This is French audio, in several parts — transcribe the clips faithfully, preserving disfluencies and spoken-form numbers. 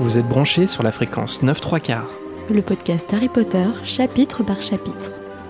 Vous êtes branchés sur la fréquence neuf trois quarts. Le podcast Harry Potter, chapitre par chapitre.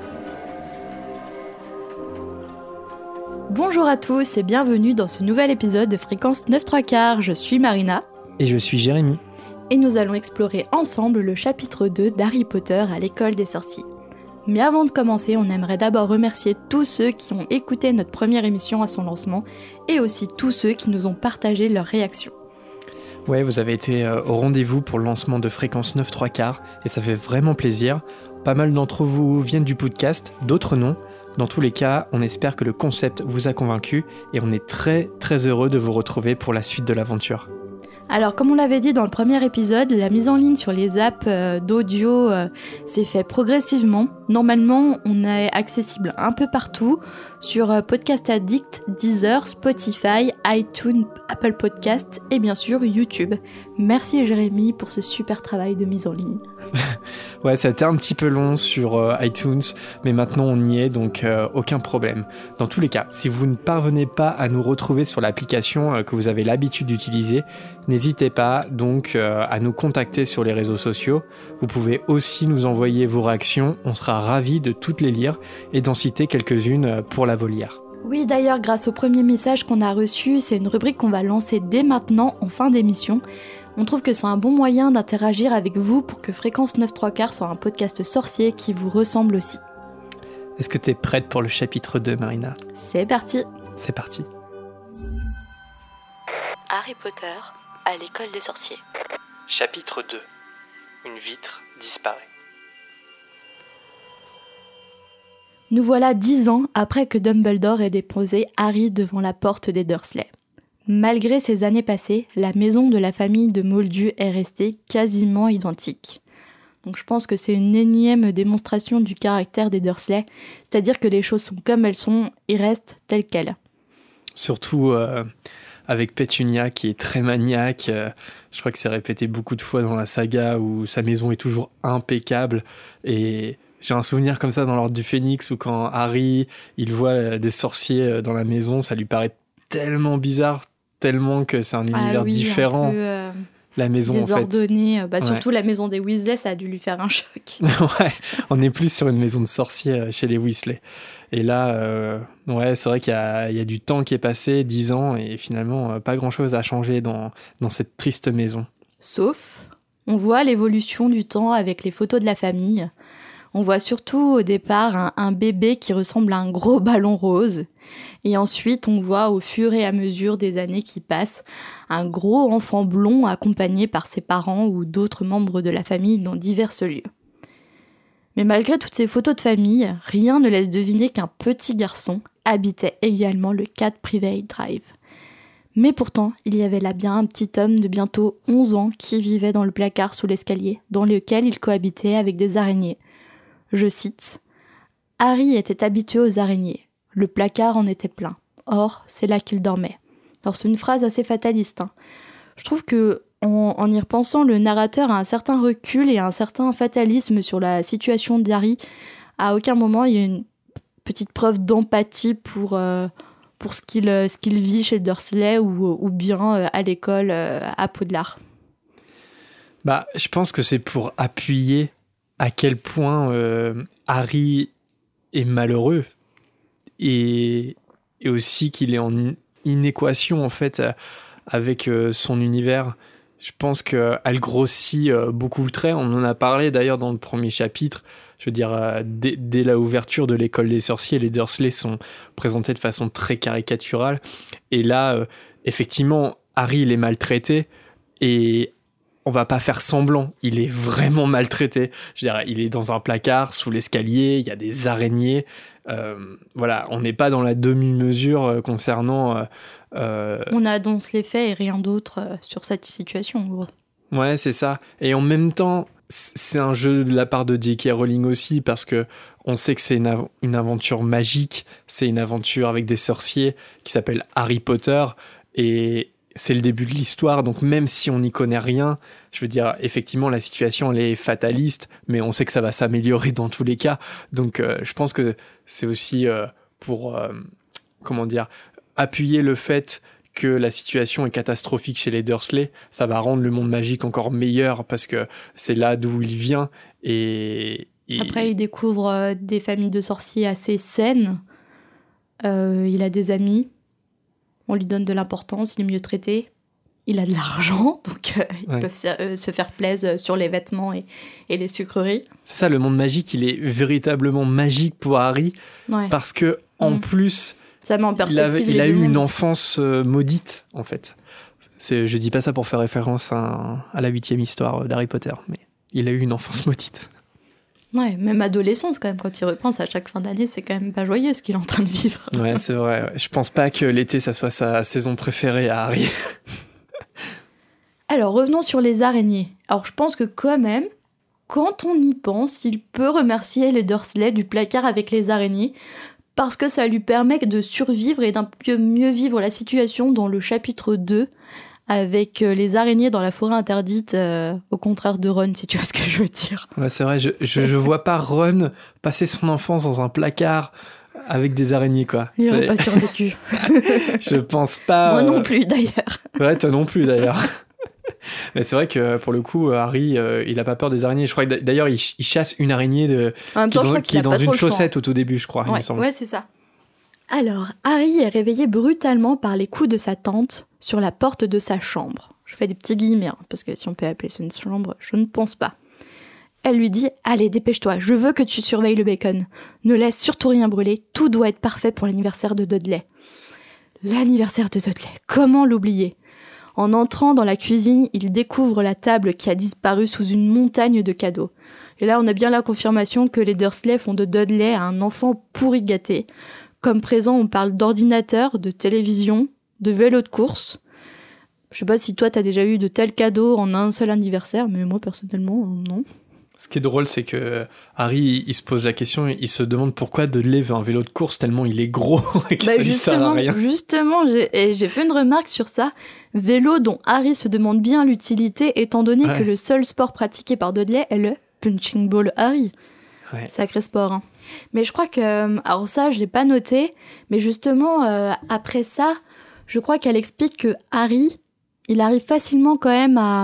Bonjour à tous et bienvenue dans ce nouvel épisode de Fréquence neuf trois quarts. Je suis Marina. Et je suis Jérémy. Et nous allons explorer ensemble le chapitre deux d'Harry Potter à l'école des sorciers. Mais avant de commencer, on aimerait d'abord remercier tous ceux qui ont écouté notre première émission à son lancement et aussi tous ceux qui nous ont partagé leurs réactions. Ouais, vous avez été euh, au rendez-vous pour le lancement de Fréquence neuf trois quarts et ça fait vraiment plaisir. Pas mal d'entre vous viennent du podcast, d'autres non. Dans tous les cas, on espère que le concept vous a convaincu et on est très très heureux de vous retrouver pour la suite de l'aventure. Alors, comme on l'avait dit dans le premier épisode, la mise en ligne sur les apps euh, d'audio euh, s'est fait progressivement. Normalement, on est accessible un peu partout, sur euh, Podcast Addict, Deezer, Spotify, iTunes, Apple Podcasts et bien sûr YouTube. Merci Jérémy pour ce super travail de mise en ligne. Ouais, ça a été un petit peu long sur euh, iTunes, mais maintenant on y est, donc euh, aucun problème. Dans tous les cas, si vous ne parvenez pas à nous retrouver sur l'application euh, que vous avez l'habitude d'utiliser, n'hésitez pas donc euh, à nous contacter sur les réseaux sociaux. Vous pouvez aussi nous envoyer vos réactions, on sera ravis de toutes les lire et d'en citer quelques-unes pour la volière. Oui, d'ailleurs, grâce au premier message qu'on a reçu, c'est une rubrique qu'on va lancer dès maintenant en fin d'émission. On trouve que c'est un bon moyen d'interagir avec vous pour que Fréquence neuf trois quarts soit un podcast sorcier qui vous ressemble aussi. Est-ce que t'es prête pour le chapitre deux, Marina ? C'est parti. C'est parti. Harry Potter à l'école des sorciers. Chapitre deux. Une vitre disparaît. Nous voilà dix ans après que Dumbledore ait déposé Harry devant la porte des Dursley. Malgré ces années passées, la maison de la famille de Moldu est restée quasiment identique. Donc je pense que c'est une énième démonstration du caractère des Dursley, c'est-à-dire que les choses sont comme elles sont et restent telles quelles. Surtout euh, avec Pétunia qui est très maniaque, euh, je crois que c'est répété beaucoup de fois dans la saga où sa maison est toujours impeccable et... J'ai un souvenir comme ça dans l'Ordre du Phénix où quand Harry, il voit des sorciers dans la maison, ça lui paraît tellement bizarre, tellement que c'est un univers ah oui, différent. Un peu, euh, la maison désordonnée. En fait. Bah, ouais. Surtout la maison des Weasley, ça a dû lui faire un choc. Ouais, on est plus sur une maison de sorciers chez les Weasley. Et là, euh, ouais, c'est vrai qu'il y a, il y a du temps qui est passé, dix ans, et finalement, pas grand-chose a changé dans, dans cette triste maison. Sauf, on voit l'évolution du temps avec les photos de la famille. On voit surtout au départ un, un bébé qui ressemble à un gros ballon rose. Et ensuite, on voit au fur et à mesure des années qui passent, un gros enfant blond accompagné par ses parents ou d'autres membres de la famille dans divers lieux. Mais malgré toutes ces photos de famille, rien ne laisse deviner qu'un petit garçon habitait également le quatre Private Drive. Mais pourtant, il y avait là bien un petit homme de bientôt onze ans qui vivait dans le placard sous l'escalier, dans lequel il cohabitait avec des araignées. Je cite, « Harry était habitué aux araignées. Le placard en était plein. Or, c'est là qu'il dormait. » Alors, c'est une phrase assez fataliste. Hein. Je trouve que, en, en y repensant, le narrateur a un certain recul et un certain fatalisme sur la situation d'Harry. À aucun moment, il y a une petite preuve d'empathie pour, euh, pour ce, qu'il, ce qu'il vit chez Dursley ou, ou bien euh, à l'école euh, à Poudlard. Bah, je pense que c'est pour appuyer à quel point euh, Harry est malheureux et, et aussi qu'il est en inéquation en fait avec euh, son univers. Je pense qu'elle grossit euh, beaucoup le trait. On en a parlé d'ailleurs dans le premier chapitre. Je veux dire, euh, dès, dès la ouverture de l'école des sorciers, les Dursley sont présentés de façon très caricaturale. Et là, euh, effectivement, Harry il est maltraité et on va pas faire semblant, il est vraiment maltraité. Je veux dire, il est dans un placard, sous l'escalier, il y a des araignées. Euh, voilà, on n'est pas dans la demi-mesure euh, concernant... Euh, euh... On annonce les faits et rien d'autre euh, sur cette situation, en gros. Ouais, c'est ça. Et en même temps, c'est un jeu de la part de J K Rowling aussi, parce que on sait que c'est une, av- une aventure magique, c'est une aventure avec des sorciers qui s'appelle Harry Potter, et... c'est le début de l'histoire, donc même si on n'y connaît rien, je veux dire, effectivement, la situation, elle est fataliste, mais on sait que ça va s'améliorer dans tous les cas. Donc, euh, je pense que c'est aussi euh, pour, euh, comment dire, appuyer le fait que la situation est catastrophique chez les Dursley, ça va rendre le monde magique encore meilleur parce que c'est là d'où il vient. Et, et... Après, il découvre euh, des familles de sorciers assez saines. Euh, il a des amis. On lui donne de l'importance, il est mieux traité. Il a de l'argent, donc euh, ils ouais. peuvent se, euh, se faire plaisir sur les vêtements et, et les sucreries. C'est ça, le monde magique, il est véritablement magique pour Harry, ouais. parce que en mmh. plus, ça met en il a, il a eu mondes. une enfance euh, maudite, en fait. C'est, je dis pas ça pour faire référence à, à la huitième histoire d'Harry Potter, mais il a eu une enfance maudite. Ouais, même adolescence quand même, quand il repense à chaque fin d'année, c'est quand même pas joyeux ce qu'il est en train de vivre. Ouais, c'est vrai. Ouais. Je pense pas que l'été, ça soit sa saison préférée à Harry. Alors, revenons sur les araignées. Alors, je pense que quand même, quand on y pense, il peut remercier les Dursley du placard avec les araignées, parce que ça lui permet de survivre et d'un peu mieux vivre la situation dans le chapitre deux, avec les araignées dans la forêt interdite, euh, au contraire de Ron, si tu vois ce que je veux dire. Ouais, c'est vrai, je, je, je vois pas Ron passer son enfance dans un placard avec des araignées, quoi. Il n'aurait pas survécu. Je pense pas... Moi non plus, d'ailleurs. Ouais, toi non plus, d'ailleurs. Mais c'est vrai que pour le coup, Harry, euh, il a pas peur des araignées. Je crois que d'ailleurs, il, ch- il chasse une araignée de, en même temps, qui, je dans, crois qui est dans une chaussette au tout début, je crois. Ouais, il me semble. Ouais, c'est ça. Alors, Harry est réveillé brutalement par les coups de sa tante sur la porte de sa chambre. Je fais des petits guillemets, hein, parce que si on peut appeler ça une chambre, je ne pense pas. Elle lui dit « Allez, dépêche-toi, je veux que tu surveilles le bacon. Ne laisse surtout rien brûler, tout doit être parfait pour l'anniversaire de Dudley. » L'anniversaire de Dudley, comment l'oublier ? En entrant dans la cuisine, il découvre la table qui a disparu sous une montagne de cadeaux. Et là, on a bien la confirmation que les Dursley font de Dudley un enfant pourri gâté. Comme présent, on parle d'ordinateur, de télévision, de vélo de course. Je sais pas si toi, t'as déjà eu de tels cadeaux en un seul anniversaire, mais moi, personnellement, non. Ce qui est drôle, c'est que Harry, il se pose la question, il se demande pourquoi Dudley veut un vélo de course tellement il est gros et que bah ça lui sert à rien. Justement, j'ai, j'ai fait une remarque sur ça. Vélo dont Harry se demande bien l'utilité, étant donné ouais. que le seul sport pratiqué par Dudley est le punching ball Harry. Ouais. Sacré sport, hein. Mais je crois que... Alors ça, je l'ai pas noté, mais justement, euh, après ça, je crois qu'elle explique que Harry, il arrive facilement quand même à,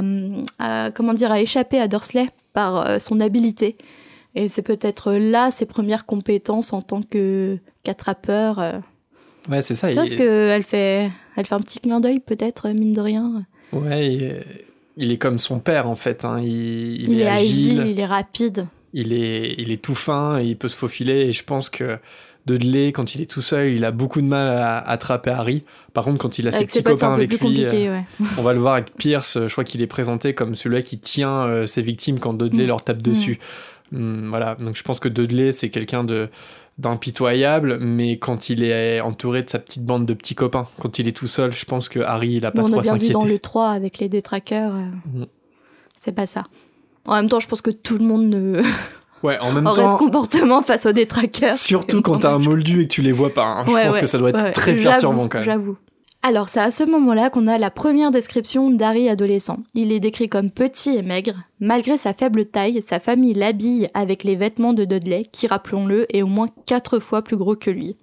à comment dire, à échapper à Dursley par euh, son habileté. Et c'est peut-être là ses premières compétences en tant que qu'attrapeur. Euh. Ouais, c'est ça. Tu vois ce qu'elle fait, elle fait un petit clin d'œil peut-être, mine de rien. Ouais, il, il est comme son père en fait. Hein. Il, il, il est, est agile, agile, il est rapide. Il est, il est tout fin, et il peut se faufiler. Et je pense que Dudley, quand il est tout seul, il a beaucoup de mal à attraper Harry. Par contre, quand il a avec ses petits copains avec lui, euh, ouais. on va le voir avec Pierce, je crois qu'il est présenté comme celui qui tient euh, ses victimes quand Dudley mmh. leur tape dessus. Mmh. Mmh, voilà, donc je pense que Dudley, c'est quelqu'un de, d'impitoyable, mais quand il est entouré de sa petite bande de petits copains, quand il est tout seul, je pense que Harry, il a pas bon, trop à s'inquiéter. On a bien dit dans le trois, avec les détraqueurs, euh, mmh. c'est pas ça. En même temps, je pense que tout le monde ne... Ouais, en même aurait temps, ce comportement face aux détraqueurs. Surtout quand t'as un moldu et que tu les vois pas. Hein. Je ouais, pense ouais, que ça doit être ouais. très J'avoue, perturbant quand même. J'avoue. Alors, c'est à ce moment-là qu'on a la première description d'Harry adolescent. Il est décrit comme petit et maigre. Malgré sa faible taille, sa famille l'habille avec les vêtements de Dudley, qui, rappelons-le, est au moins quatre fois plus gros que lui.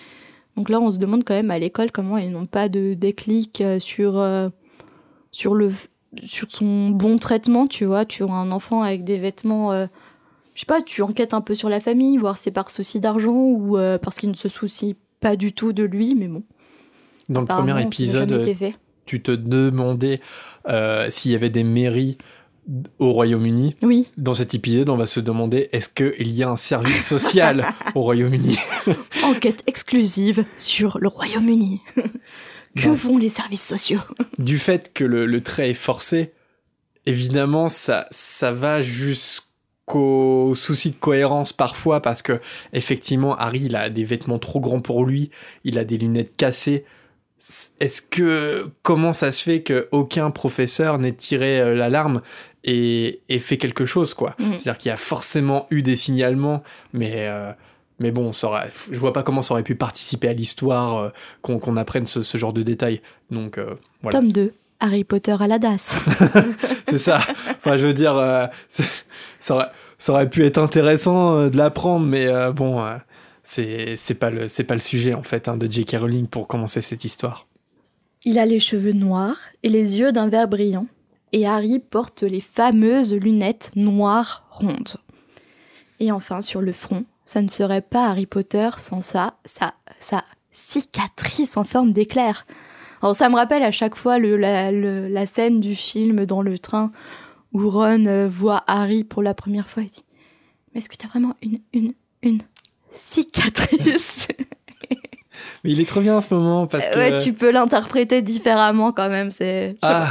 Donc là, on se demande quand même à l'école comment ils n'ont pas de déclic sur, euh, sur, le, sur son bon traitement, tu vois. Tu as un enfant avec des vêtements... Euh, je sais pas, tu enquêtes un peu sur la famille, voir si c'est par souci d'argent ou euh, parce qu'il ne se soucie pas du tout de lui, mais bon. Dans le premier épisode, tu te demandais euh, s'il y avait des mairies au Royaume-Uni. Oui. Dans cet épisode, on va se demander est-ce qu'il y a un service social au Royaume-Uni. Enquête exclusive sur le Royaume-Uni. Que non. font les services sociaux? Du fait que le, le trait est forcé, évidemment, ça, ça va jusqu'à qu'au souci de cohérence parfois, parce que effectivement Harry il a des vêtements trop grands pour lui, il a des lunettes cassées. Est-ce que comment ça se fait qu'aucun professeur n'ait tiré l'alarme et, et fait quelque chose quoi? Mmh. C'est-à-dire qu'il y a forcément eu des signalements, mais euh, mais bon, ça aurait, je vois pas comment ça aurait pu participer à l'histoire euh, qu'on, qu'on apprenne ce, ce genre de détails. Donc euh, voilà. Tome deux. Harry Potter à la D A S. C'est ça. Enfin, je veux dire, euh, ça, aurait, ça aurait pu être intéressant euh, de l'apprendre, mais euh, bon, euh, c'est, c'est, pas le, c'est pas le sujet, en fait, hein, de J K. Rowling pour commencer cette histoire. Il a les cheveux noirs et les yeux d'un vert brillant. Et Harry porte les fameuses lunettes noires rondes. Et enfin, sur le front, ça ne serait pas Harry Potter sans ça, sa, sa cicatrice en forme d'éclair. Alors ça me rappelle à chaque fois le, la, le, la scène du film dans le train où Ron euh, voit Harry pour la première fois et dit « Mais est-ce que t'as vraiment une, une, une cicatrice ?» Mais il est trop bien en ce moment parce que... Ouais, tu peux l'interpréter différemment quand même, c'est... Ah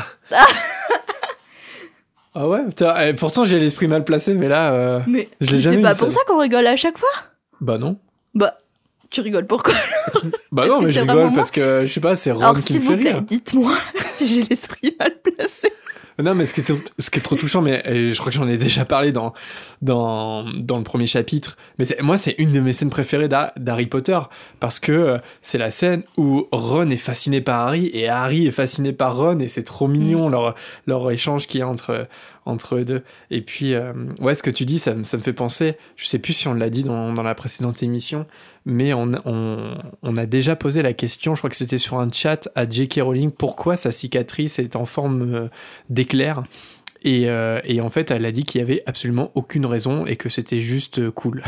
Ah ouais, eh, pourtant j'ai l'esprit mal placé, mais là, euh, mais je l'ai jamais c'est vu. pas ça. pour ça qu'on rigole à chaque fois. Bah non. Bah, tu rigoles pourquoi? Bah Est-ce non, que mais je c'est rigole vraiment parce que, je sais pas, c'est Ron Alors, qui s'il me vous fait plaît, rire. dites-moi si j'ai l'esprit mal placé. Non, mais ce qui est, trop- ce qui est trop touchant, mais euh, je crois que j'en ai déjà parlé dans, dans, dans le premier chapitre, mais c'est, moi, c'est une de mes scènes préférées d'Ha- d'Harry Potter, parce que euh, c'est la scène où Ron est fasciné par Harry, et Harry est fasciné par Ron, et c'est trop mignon, Mm. leur, leur échange qu'il y a entre, entre eux deux. Et puis, euh, ouais, ce que tu dis, ça, me- ça me fait penser, je sais plus si on l'a dit dans, dans la précédente émission, mais on, on, on a déjà posé la question, je crois que c'était sur un chat à J K. Rowling, pourquoi sa cicatrice est en forme euh, d'éclair. Et, euh, et en fait, elle a dit qu'il y avait absolument aucune raison et que c'était juste euh, cool.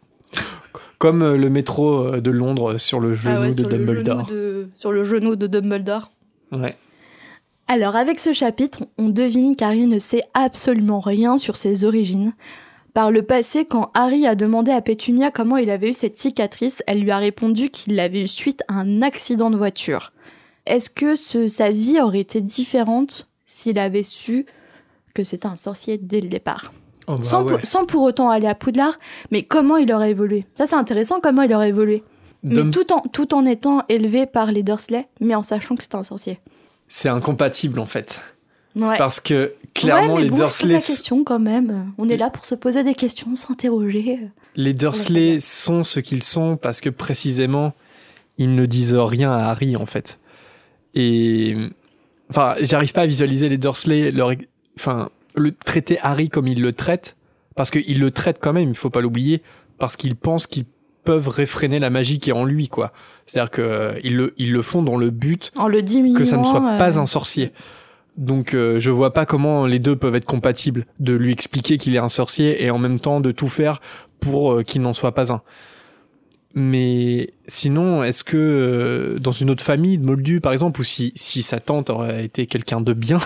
Comme euh, le métro euh, de Londres sur le genou Ah ouais, de sur, le Dumbledore. genou de, sur le genou de Dumbledore. Ouais. Alors, avec ce chapitre, on devine qu'Harry ne sait absolument rien sur ses origines. Par le passé, quand Harry a demandé à Pétunia comment il avait eu cette cicatrice, elle lui a répondu qu'il l'avait eu suite à un accident de voiture. Est-ce que ce, sa vie aurait été différente s'il avait su que c'était un sorcier dès le départ? Oh bah sans, ouais. pour, sans pour autant aller à Poudlard, mais comment il aurait évolué? Ça, c'est intéressant, comment il aurait évolué. Mais Dum- tout en, tout en étant élevé par les Dursley, mais en sachant que c'était un sorcier. C'est incompatible en fait. Ouais. Parce que clairement, ouais, mais les bon, Dursley, je pose la question quand même. On est là pour se poser des questions, s'interroger. les Dursley sont ce qu'ils sont parce que précisément, ils ne disent rien à Harry en fait. Et enfin, j'arrive pas à visualiser les Dursley, leur, enfin, le traiter Harry comme ils le traitent, parce qu'ils le traitent quand même, il faut pas l'oublier, parce qu'ils pensent qu'ils peuvent réfréner la magie qui est en lui, quoi. C'est-à-dire que euh, ils le, ils le font dans le but En le diminuant. que ça ne soit euh, pas un sorcier. Donc euh, je vois pas comment les deux peuvent être compatibles, de lui expliquer qu'il est un sorcier et en même temps de tout faire pour euh, qu'il n'en soit pas un. Mais sinon, est-ce que euh, dans une autre famille de Moldus, par exemple, ou si, si sa tante aurait été quelqu'un de bien,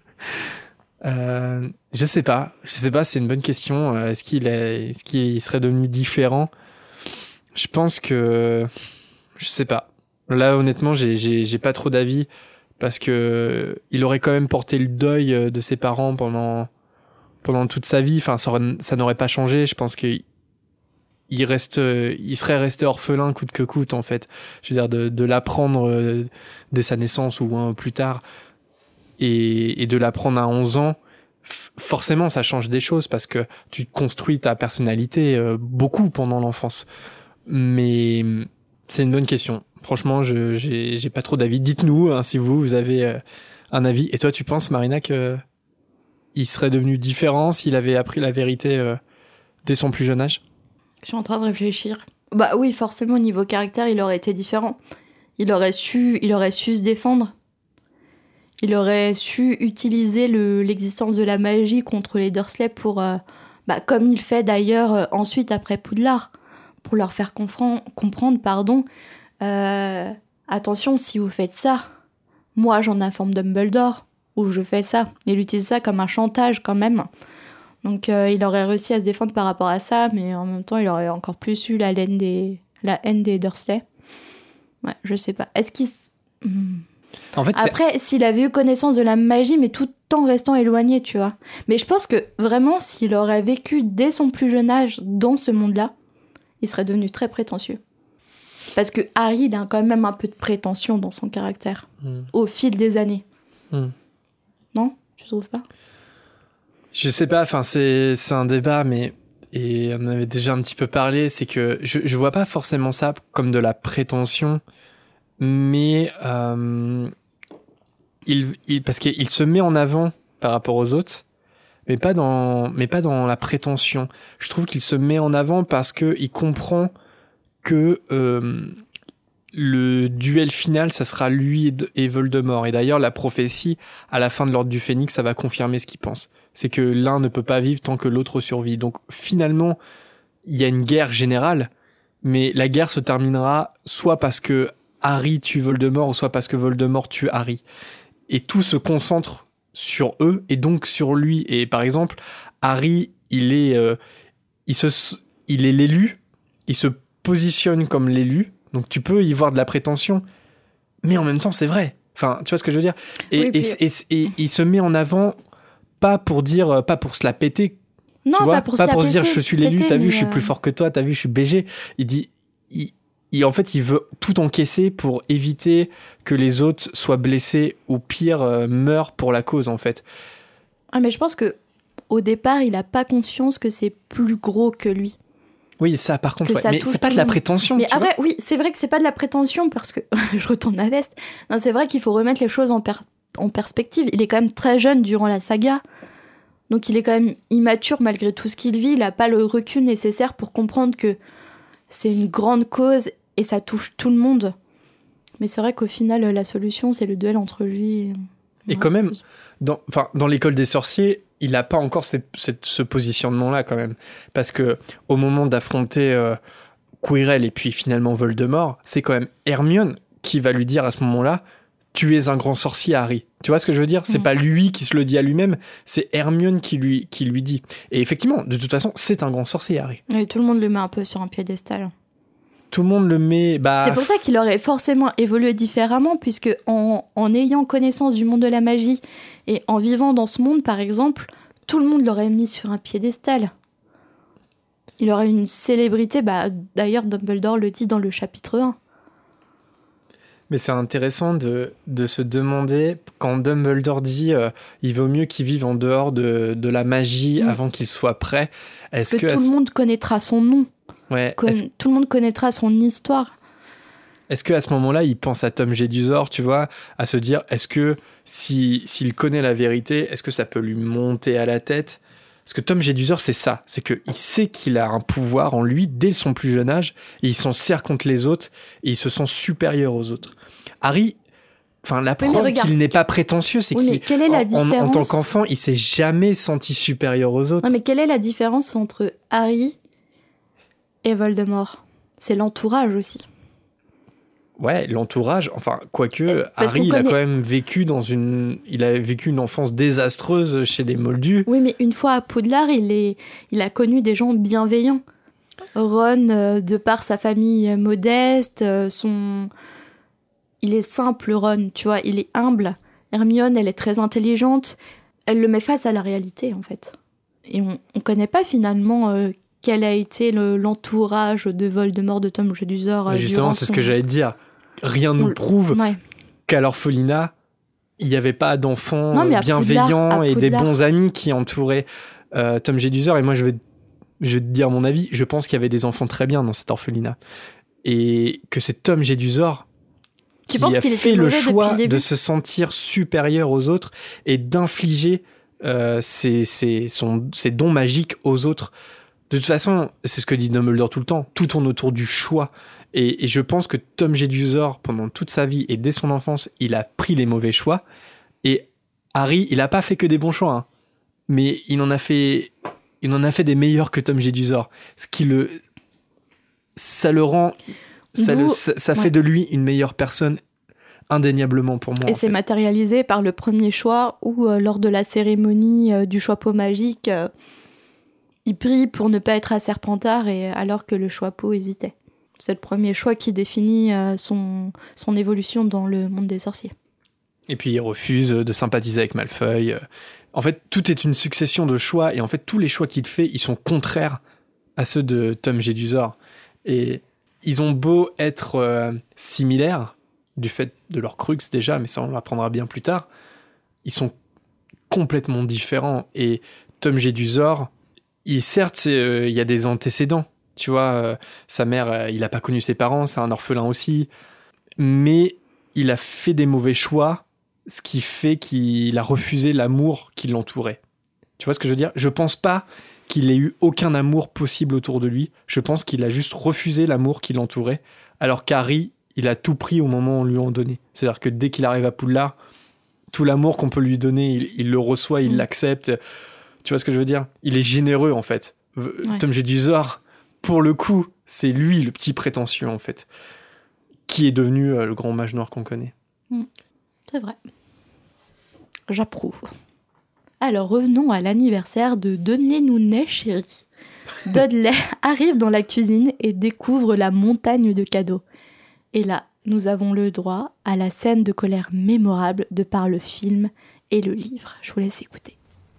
euh, je sais pas. Je sais pas, c'est une bonne question. Euh, Est-ce qu'il est, est-ce qu'il serait devenu différent? Je pense que... Je sais pas. Là, honnêtement, j'ai, j'ai, j'ai pas trop d'avis parce que il aurait quand même porté le deuil euh, de ses parents pendant, pendant toute sa vie. Enfin, ça, aurait- ça n'aurait pas changé. Je pense qu'il il reste, euh, il serait resté orphelin coûte que coûte, en fait. Je veux dire, de, de l'apprendre euh, dès sa naissance ou hein, plus tard et, et de l'apprendre à onze ans. f- Forcément, ça change des choses parce que tu construis ta personnalité euh, beaucoup pendant l'enfance. Mais c'est une bonne question. Franchement, je j'ai j'ai pas trop d'avis. Dites-nous hein, si vous vous avez euh, un avis. Et toi, tu penses, Marina, que il serait devenu différent s'il avait appris la vérité euh, dès son plus jeune âge? Je suis en train de réfléchir. Bah oui, forcément, au niveau caractère, il aurait été différent. Il aurait su, il aurait su se défendre. Il aurait su utiliser le, l'existence de la magie contre les Dursley pour, euh, bah, comme il fait d'ailleurs euh, ensuite après Poudlard, pour leur faire confran- comprendre, pardon, euh, attention, si vous faites ça, moi j'en informe Dumbledore, ou je fais ça. Il utilise ça comme un chantage quand même. Donc euh, il aurait réussi à se défendre par rapport à ça, mais en même temps il aurait encore plus eu la haine des, la haine des Dursley. Ouais, je sais pas. Est-ce qu'il... s- Hmm. En fait, c'est Après, s'il avait eu connaissance de la magie, mais tout en restant éloigné, tu vois. Mais je pense que vraiment, s'il aurait vécu dès son plus jeune âge dans ce monde-là, il serait devenu très prétentieux. Parce que Harry, il a quand même un peu de prétention dans son caractère, Hmm. au fil des années. Hmm. Non? Tu trouves pas? Je sais pas, enfin c'est c'est un débat, mais et on en avait déjà un petit peu parlé, c'est que je je vois pas forcément ça comme de la prétention, mais euh, il il parce qu'il se met en avant par rapport aux autres, mais pas dans mais pas dans la prétention. Je trouve qu'il se met en avant parce que il comprend que euh, le duel final, ça sera lui et Voldemort. Et d'ailleurs, la prophétie, à la fin de l'Ordre du Phénix, ça va confirmer ce qu'il pense. C'est que l'un ne peut pas vivre tant que l'autre survit. Donc finalement, il y a une guerre générale, mais la guerre se terminera soit parce que Harry tue Voldemort, ou soit parce que Voldemort tue Harry. Et tout se concentre sur eux, et donc sur lui. Et par exemple, Harry, il est, euh, il se, il est l'élu, il se positionne comme l'élu, donc tu peux y voir de la prétention, mais en même temps, c'est vrai. Enfin, tu vois ce que je veux dire ? Et, Oui, et, puis- et, et, et il se met en avant, pas pour dire, pas pour se la péter, Non, tu vois, pas pour, pas se, pour la se dire péter, je suis l'élu, péter, t'as vu, mais, je suis euh, plus fort que toi, t'as vu, je suis B G. Il dit, il, il- en fait, il veut tout encaisser pour éviter que les autres soient blessés ou pire euh, meurent pour la cause en fait. Ah, mais je pense que au départ, il a pas conscience que c'est plus gros que lui. Oui, ça par contre, Que ouais. ça Mais touche c'est pas tout de le la monde. prétention. Mais tu vois. après, oui, c'est vrai que c'est pas de la prétention parce que je retourne ma veste. Non, c'est vrai qu'il faut remettre les choses en, per- en perspective. Il est quand même très jeune durant la saga. Donc il est quand même immature malgré tout ce qu'il vit. Il n'a pas le recul nécessaire pour comprendre que c'est une grande cause et ça touche tout le monde. Mais c'est vrai qu'au final, la solution, c'est le duel entre lui et... Et Ouais. quand même, dans, enfin, dans l'école des sorciers, il n'a pas encore cette, cette- ce positionnement-là quand même. Parce que au moment d'affronter euh, Quirrell et puis finalement Voldemort, c'est quand même Hermione qui va lui dire à ce moment-là « Tu es un grand sorcier, Harry ». Tu vois ce que je veux dire ? C'est Mhm. pas lui qui se le dit à lui-même, c'est Hermione qui lui, qui lui dit. Et effectivement, de toute façon, c'est un grand sorcier, Harry. Et tout le monde le met un peu sur un piédestal. Tout le monde le met... Bah, C'est pour ça qu'il aurait forcément évolué différemment, puisque en, en ayant connaissance du monde de la magie et en vivant dans ce monde, par exemple, tout le monde l'aurait mis sur un piédestal. Il aurait une célébrité, bah, d'ailleurs Dumbledore le dit dans le chapitre un. Mais c'est intéressant de, de se demander, quand Dumbledore dit euh, il vaut mieux qu'il vive en dehors de, de la magie Mm. avant qu'il soit prêt, Parce est-ce que, que... tout à ce- le monde connaîtra son nom, ouais, con- est-ce, tout le monde connaîtra son histoire. est-ce qu'à ce moment-là, il pense à Tom Jedusor, tu vois, à se dire, est-ce que si, s'il connaît la vérité, est-ce que ça peut lui monter à la tête ? Parce que Tom Jedusor, c'est ça, c'est qu'il sait qu'il a un pouvoir en lui dès son plus jeune âge, et il s'en sert contre les autres, et il se sent supérieur aux autres. Harry, enfin la Oui, mais preuve regarde. qu'il n'est pas prétentieux, c'est Oui, mais qu'il, quelle est la en, en- en tant différence qu'enfant, il s'est jamais senti supérieur aux autres. Non, mais quelle est la différence entre Harry et Voldemort ? C'est l'entourage aussi. Ouais, l'entourage, enfin, quoique, Parce Harry, qu'on il a connaît- quand même vécu dans une... Il a vécu une enfance désastreuse chez les Moldus. Oui, mais une fois à Poudlard, il, est, il a connu des gens bienveillants. Ron, euh, de par sa famille euh, modeste, euh, son... il est simple, Ron, tu vois, il est humble. Hermione, elle est très intelligente. Elle le met face à la réalité, en fait. Et on ne connaît pas finalement euh, quel a été le- l'entourage de Voldemort de Tom Jedusor. euh, Mais justement, durant c'est son- ce que j'allais te dire. Rien ne nous On- prouve Ouais. qu'à l'orphelinat, il n'y avait pas d'enfants Non, mais à bienveillants Poudlard- à et des Poudlard. bons amis qui entouraient euh, Tom Jedusor. Et moi, je vais, je vais te dire mon avis. Je pense qu'il y avait des enfants très bien dans cet orphelinat. Et que c'est Tom Jedusor Tu qui penses a qu'il était fait le mauvais depuis choix le début de se sentir supérieur aux autres et d'infliger euh, ses, ses- son- ses dons magiques aux autres. De toute façon, c'est ce que dit Dumbledore tout le temps. Tout tourne autour du choix. Et, et je pense que Tom Jedusor, pendant toute sa vie et dès son enfance, il a pris les mauvais choix. Et Harry, il n'a pas fait que des bons choix. hein. Mais il en a fait, il en a fait des meilleurs que Tom Jedusor. Ce qui le, ça le rend, ça, D'où- le- ça, ça ouais. fait de lui une meilleure personne indéniablement pour moi. Et en c'est fait. matérialisé par le premier choix où, euh, lors de la cérémonie euh, du choix-peau magique, euh, il prie pour ne pas être à Serpentard et, alors que le choix-peau hésitait. C'est le premier choix qui définit euh, son, son évolution dans le monde des sorciers. Et puis il refuse de sympathiser avec Malfoy. En fait, tout est une succession de choix et en fait, tous les choix qu'il fait, ils sont contraires à ceux de Tom Jedusor. Et ils ont beau être euh, similaires, du fait de leur crux déjà, mais ça on l'apprendra bien plus tard, ils sont complètement différents. Et Tom Jedusor, il, certes, c'est, euh, il y a des antécédents. Tu vois, euh, sa mère, euh, il n'a pas connu ses parents, c'est un orphelin aussi. Mais il a fait des mauvais choix, ce qui fait qu'il a refusé l'amour qui l'entourait. Tu vois ce que je veux dire ? Je pense pas qu'il ait eu aucun amour possible autour de lui. Je pense qu'il a juste refusé l'amour qui l'entourait. Alors qu'Harry, il a tout pris au moment où on lui en donnait. C'est-à-dire que dès qu'il arrive à Poudlard, tout l'amour qu'on peut lui donner, il, il le reçoit, il mmh. l'accepte. Tu vois ce que je veux dire ? Il est généreux, en fait. Ouais. Tom Jedusor, pour le coup, c'est lui, le petit prétentieux, en fait, qui est devenu euh, le grand mage noir qu'on connaît. Mmh. C'est vrai. J'approuve. Alors, revenons à l'anniversaire de Dudley Nounet, chérie. Dudley arrive dans la cuisine et découvre la montagne de cadeaux. Et là, nous avons le droit à la scène de colère mémorable de par le film et le livre. Je vous laisse écouter.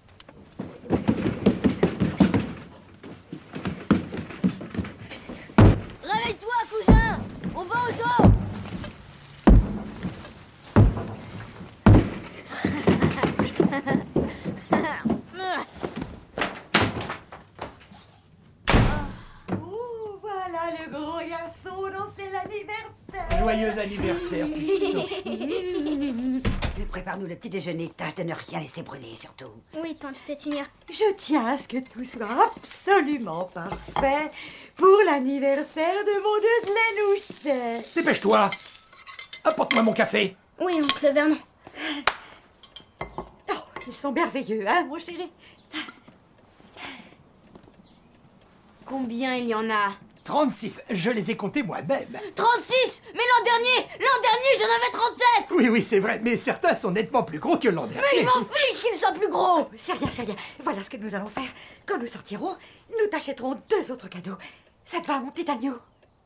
Réveille-toi, cousin! On va au zoo! Oh, voilà le gros garçon dont c'est l'anniversaire! Joyeux anniversaire, fiston! Prépare-nous le petit déjeuner, tâche de ne rien laisser brûler, surtout. Oui, tante Pétunia. Je tiens à ce que tout soit absolument parfait pour l'anniversaire de mon Dudley Nouchet. Dépêche-toi! Apporte-moi mon café! Oui, oncle Vernon. Oh, ils sont merveilleux, hein, mon chéri? Combien il y en a? trente-six, je les ai comptés moi-même. trente-six? Mais l'an dernier, l'an dernier, j'en avais trente-sept! Oui, oui, c'est vrai, mais certains sont nettement plus gros que l'an dernier. Mais il m'en fiche qu'ils soient plus gros! Oh, c'est rien, c'est rien. Voilà ce que nous allons faire. Quand nous sortirons, nous t'achèterons deux autres cadeaux. Ça te va, mon petit agneau?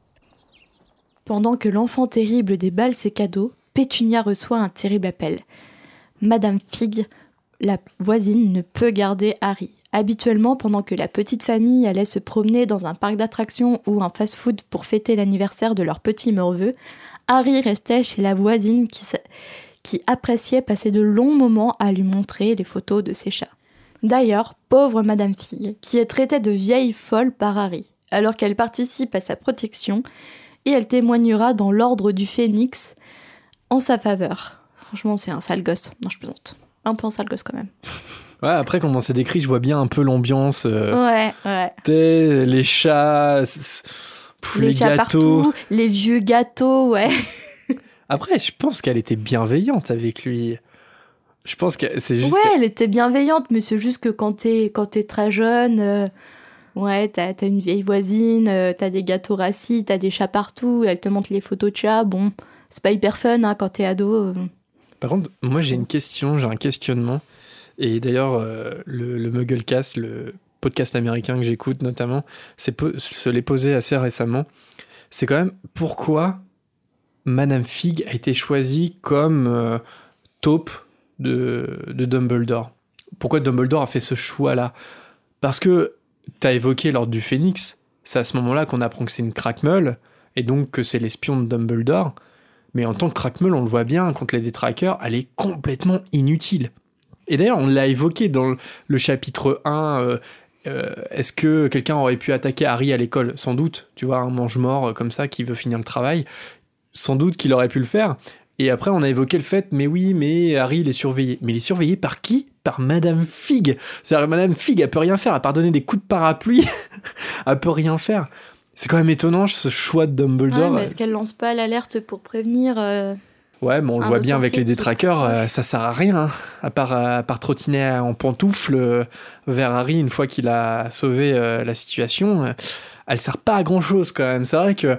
Pendant que l'enfant terrible déballe ses cadeaux, Pétunia reçoit un terrible appel. Madame Fig, la voisine, ne peut garder Harry. Habituellement, pendant que la petite famille allait se promener dans un parc d'attractions ou un fast-food pour fêter l'anniversaire de leur petit neveu, Harry restait chez la voisine qui, qui appréciait passer de longs moments à lui montrer les photos de ses chats. D'ailleurs, pauvre Madame Fig, qui est traitée de vieille folle par Harry, alors qu'elle participe à sa protection, et elle témoignera dans l'ordre du Phénix en sa faveur. Franchement, c'est un sale gosse. Non, je plaisante. Un peu un sale gosse quand même. Ouais, après, comment c'est décrit, je vois bien un peu l'ambiance. Euh, ouais, ouais. T'es, les chats, pff, les, les chats gâteaux. Partout, les vieux gâteaux, ouais. Après, je pense qu'elle était bienveillante avec lui. Je pense que c'est juste. Ouais, que... elle était bienveillante, mais c'est juste que quand t'es, quand t'es très jeune, euh, ouais, t'as, t'as une vieille voisine, euh, t'as des gâteaux rassis, t'as des chats partout, elle te montre les photos de chats. Bon, c'est pas hyper fun hein, quand t'es ado. Euh. Par contre, moi j'ai une question, j'ai un questionnement. Et d'ailleurs, euh, le, le Mugglecast, le podcast américain que j'écoute notamment, c'est po- se l'est posé assez récemment. C'est quand même pourquoi Madame Fig a été choisie comme euh, taupe de, de Dumbledore. Pourquoi Dumbledore a fait ce choix-là ? Parce que t'as évoqué l'Ordre du Phénix, c'est à ce moment-là qu'on apprend que c'est une craquemeule, et donc que c'est l'espion de Dumbledore. Mais en tant que craquemeule, on le voit bien, contre les détraqueurs, elle est complètement inutile. Et d'ailleurs, on l'a évoqué dans le chapitre un, euh, euh, est-ce que quelqu'un aurait pu attaquer Harry à l'école ? Sans doute, tu vois, un mange-mort comme ça qui veut finir le travail, sans doute qu'il aurait pu le faire. Et après, on a évoqué le fait, mais oui, mais Harry, il est surveillé. Mais il est surveillé par qui ? Par Madame Fig. C'est-à-dire que Madame Fig, elle peut rien faire, à part donner des coups de parapluie, elle peut rien faire. C'est quand même étonnant, ce choix de Dumbledore. Ouais, mais est-ce qu'elle lance pas l'alerte pour prévenir euh... Ouais, mais on le voit bien avec les détraqueurs, euh, ça sert à rien, hein, à part, à part trottiner en pantoufle euh, vers Harry une fois qu'il a sauvé euh, la situation. Euh, elle sert pas à grand chose quand même. C'est vrai que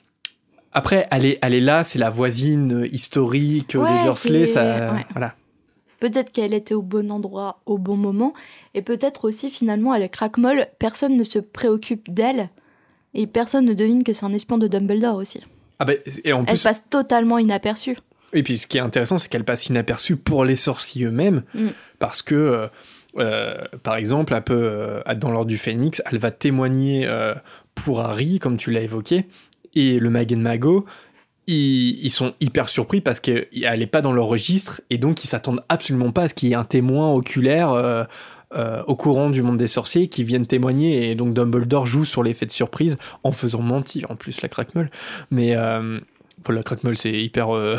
après, elle est, elle est là, c'est la voisine historique ouais, des Dursley, c'est... ça, ouais. voilà. Peut-être qu'elle était au bon endroit au bon moment, et peut-être aussi finalement elle est craquemolle, personne ne se préoccupe d'elle, et personne ne devine que c'est un espion de Dumbledore aussi. Ah bah, et en plus... Elle passe totalement inaperçue. Et puis ce qui est intéressant, c'est qu'elle passe inaperçue pour les sorciers eux-mêmes, mm. parce que, euh, euh, par exemple, elle peut, euh, dans l'Ordre du Phénix, elle va témoigner euh, pour Harry, comme tu l'as évoqué, et le Mag et Mago, ils, ils sont hyper surpris parce qu'elle n'est pas dans leur registre, et donc ils s'attendent absolument pas à ce qu'il y ait un témoin oculaire euh, euh, au courant du monde des sorciers qui vienne témoigner, et donc Dumbledore joue sur l'effet de surprise en faisant mentir, en plus, la craquemeule. Mais... Euh, Enfin, la craquemeule, c'est hyper... Euh...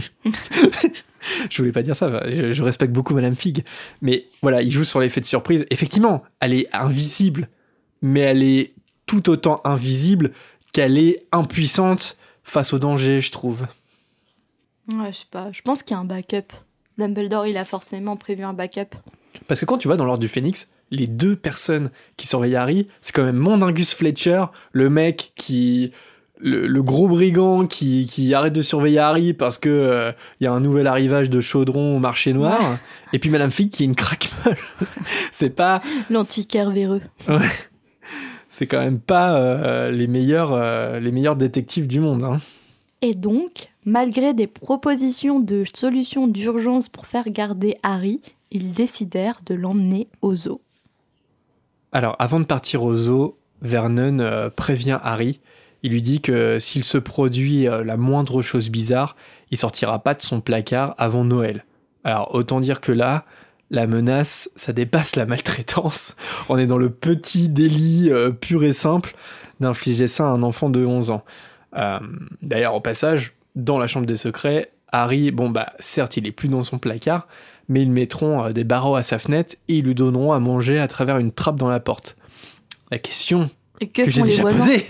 je voulais pas dire ça, je, je respecte beaucoup Madame Fig. Mais voilà, il joue sur l'effet de surprise. Effectivement, elle est invisible, mais elle est tout autant invisible qu'elle est impuissante face au danger, je trouve. Ouais, je sais pas. Je pense qu'il y a un backup. Dumbledore, il a forcément prévu un backup. Parce que quand tu vas dans l'Ordre du Phénix, les deux personnes qui surveillent Harry, c'est quand même Mandingus Fletcher, le mec qui... Le, le gros brigand qui, qui arrête de surveiller Harry parce que euh, y a un nouvel arrivage de chaudron au marché noir. Ouais. Et puis Madame Fig qui est une craque-molle. C'est pas... L'antiquaire véreux. Ouais. C'est quand même pas euh, les, meilleurs, euh, les meilleurs détectives du monde. Hein. Et donc, malgré des propositions de solutions d'urgence pour faire garder Harry, ils décidèrent de l'emmener au zoo. Alors, avant de partir au zoo, Vernon euh, prévient Harry. Il lui dit que s'il se produit euh, la moindre chose bizarre, il sortira pas de son placard avant Noël. Alors, autant dire que là, la menace, ça dépasse la maltraitance. On est dans le petit délit euh, pur et simple d'infliger ça à un enfant de onze ans. Euh, d'ailleurs, au passage, dans la chambre des secrets, Harry, bon bah, certes, il est plus dans son placard, mais ils mettront euh, des barreaux à sa fenêtre et ils lui donneront à manger à travers une trappe dans la porte. La question et que, que j'ai déjà voisins posée,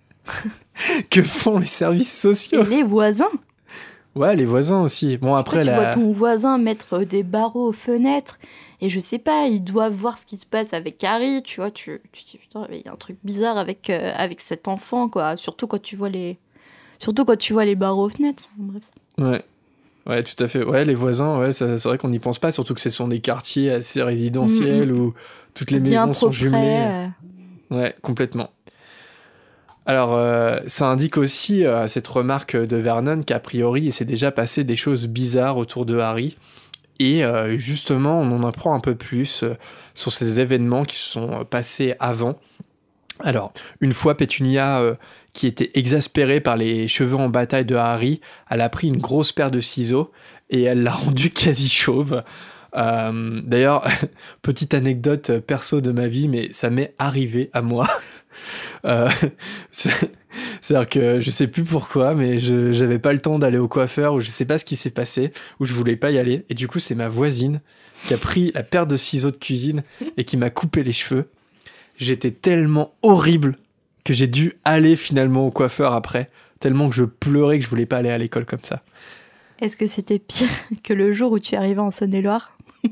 que font les services sociaux? Et les voisins? Ouais, les voisins aussi. Bon, après, après tu la... vois ton voisin mettre des barreaux aux fenêtres, et je sais pas, ils doivent voir ce qui se passe avec Harry, tu vois, tu, tu te dis, putain, il y a un truc bizarre avec, euh, avec cet enfant, quoi, surtout quand tu vois les, surtout quand tu vois les barreaux aux fenêtres. Bref. Ouais. Ouais, tout à fait. Ouais, les voisins, ouais, ça, c'est vrai qu'on n'y pense pas, surtout que ce sont des quartiers assez résidentiels mmh. où toutes les bien maisons sont jumelées. Euh... Ouais, complètement. Alors, euh, ça indique aussi à euh, cette remarque de Vernon qu'a priori, il s'est déjà passé des choses bizarres autour de Harry. Et euh, justement, on en apprend un peu plus euh, sur ces événements qui se sont passés avant. Alors, une fois, Pétunia, euh, qui était exaspérée par les cheveux en bataille de Harry, elle a pris une grosse paire de ciseaux et elle l'a rendu quasi chauve. Euh, d'ailleurs, petite anecdote perso de ma vie, mais ça m'est arrivé à moi. Euh, c'est, c'est-à-dire que je sais plus pourquoi, mais je j'avais pas le temps d'aller au coiffeur, ou je sais pas ce qui s'est passé, ou je voulais pas y aller, et du coup c'est ma voisine qui a pris la paire de ciseaux de cuisine et qui m'a coupé les cheveux. J'étais tellement horrible que j'ai dû aller finalement au coiffeur après, tellement que je pleurais que je voulais pas aller à l'école comme ça. Est-ce que c'était pire que le jour où tu es arrivé en Saône-et-Loire?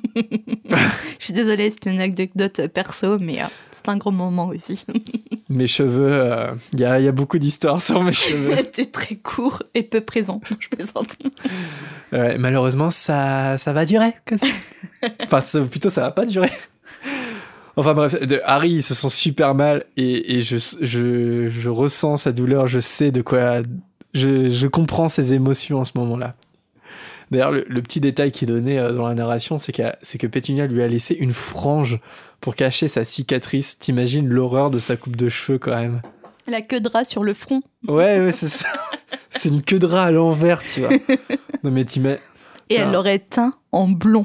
Je suis désolée, c'est une anecdote perso, mais euh, c'est un gros moment aussi. Mes cheveux, il euh, y, y a beaucoup d'histoires sur mes cheveux. T'es très court et peu présent, non, je plaisante. Ouais, malheureusement, ça, ça va durer. Enfin, ça, plutôt, ça va pas durer. Enfin bref, de, Harry, il se sent super mal et, et je, je, je ressens sa douleur, je sais de quoi... Je, je comprends ses émotions en ce moment-là. D'ailleurs, le, le petit détail qui est donné euh, dans la narration, c'est, c'est que Pétunia lui a laissé une frange pour cacher sa cicatrice. T'imagines l'horreur de sa coupe de cheveux quand même. La queue de rat sur le front. Ouais, ouais, c'est ça. C'est une queue de rat à l'envers, tu vois. Non mais t'imagines... Et elle l'aurait teint en blond.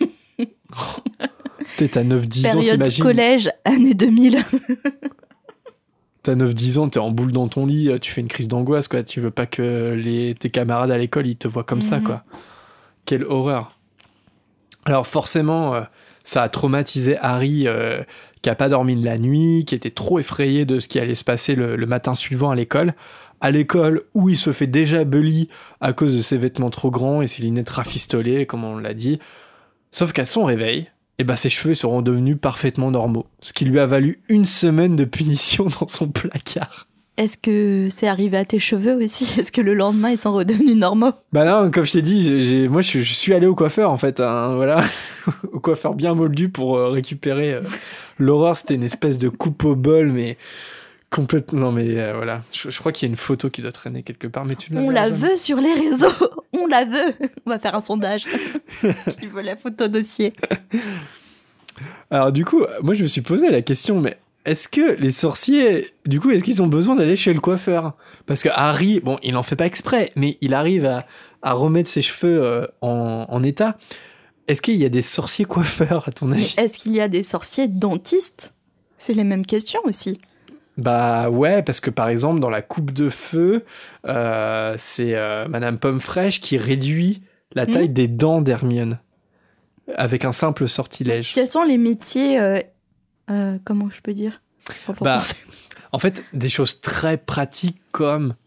T'es, t'as neuf dix ans, t'imagines. Période collège, année deux mille. T'as neuf dix ans, t'es en boule dans ton lit, tu fais une crise d'angoisse, quoi. Tu veux pas que les, tes camarades à l'école, ils te voient comme mmh. ça, quoi. Quelle horreur. Alors forcément, euh, ça a traumatisé Harry, euh, qui a pas dormi de la nuit, qui était trop effrayé de ce qui allait se passer le, le matin suivant à l'école. À l'école où il se fait déjà bully à cause de ses vêtements trop grands et ses lunettes rafistolées, comme on l'a dit. Sauf qu'à son réveil, eh ben, ses cheveux seront devenus parfaitement normaux, ce qui lui a valu une semaine de punition dans son placard. Est-ce que c'est arrivé à tes cheveux aussi? Est-ce que le lendemain, ils sont redevenus normaux? Bah non, comme je t'ai dit, j'ai, j'ai, moi je, je suis allé au coiffeur en fait, hein, voilà, au coiffeur bien moldu pour euh, récupérer euh, l'horreur. C'était une espèce de coupe au bol, mais complètement... Non mais euh, voilà, je, je crois qu'il y a une photo qui doit traîner quelque part, mais tu ne On la jamais. veut sur les réseaux, on la veut. On va faire un sondage. Qui veut la photo dossier? Alors du coup, moi je me suis posé la question, mais est-ce que les sorciers, du coup, est-ce qu'ils ont besoin d'aller chez le coiffeur? Parce que Harry, bon, il n'en fait pas exprès, mais il arrive à, à remettre ses cheveux euh, en, en état. Est-ce qu'il y a des sorciers coiffeurs, à ton avis? Mais est-ce qu'il y a des sorciers dentistes? C'est les mêmes questions aussi. Bah ouais, parce que par exemple, dans la coupe de feu, euh, c'est euh, Madame Pomme Fraîche qui réduit la taille mmh. des dents d'Hermione avec un simple sortilège. Quels sont les métiers... Euh... Euh, comment je peux dire? Bah, en fait, des choses très pratiques comme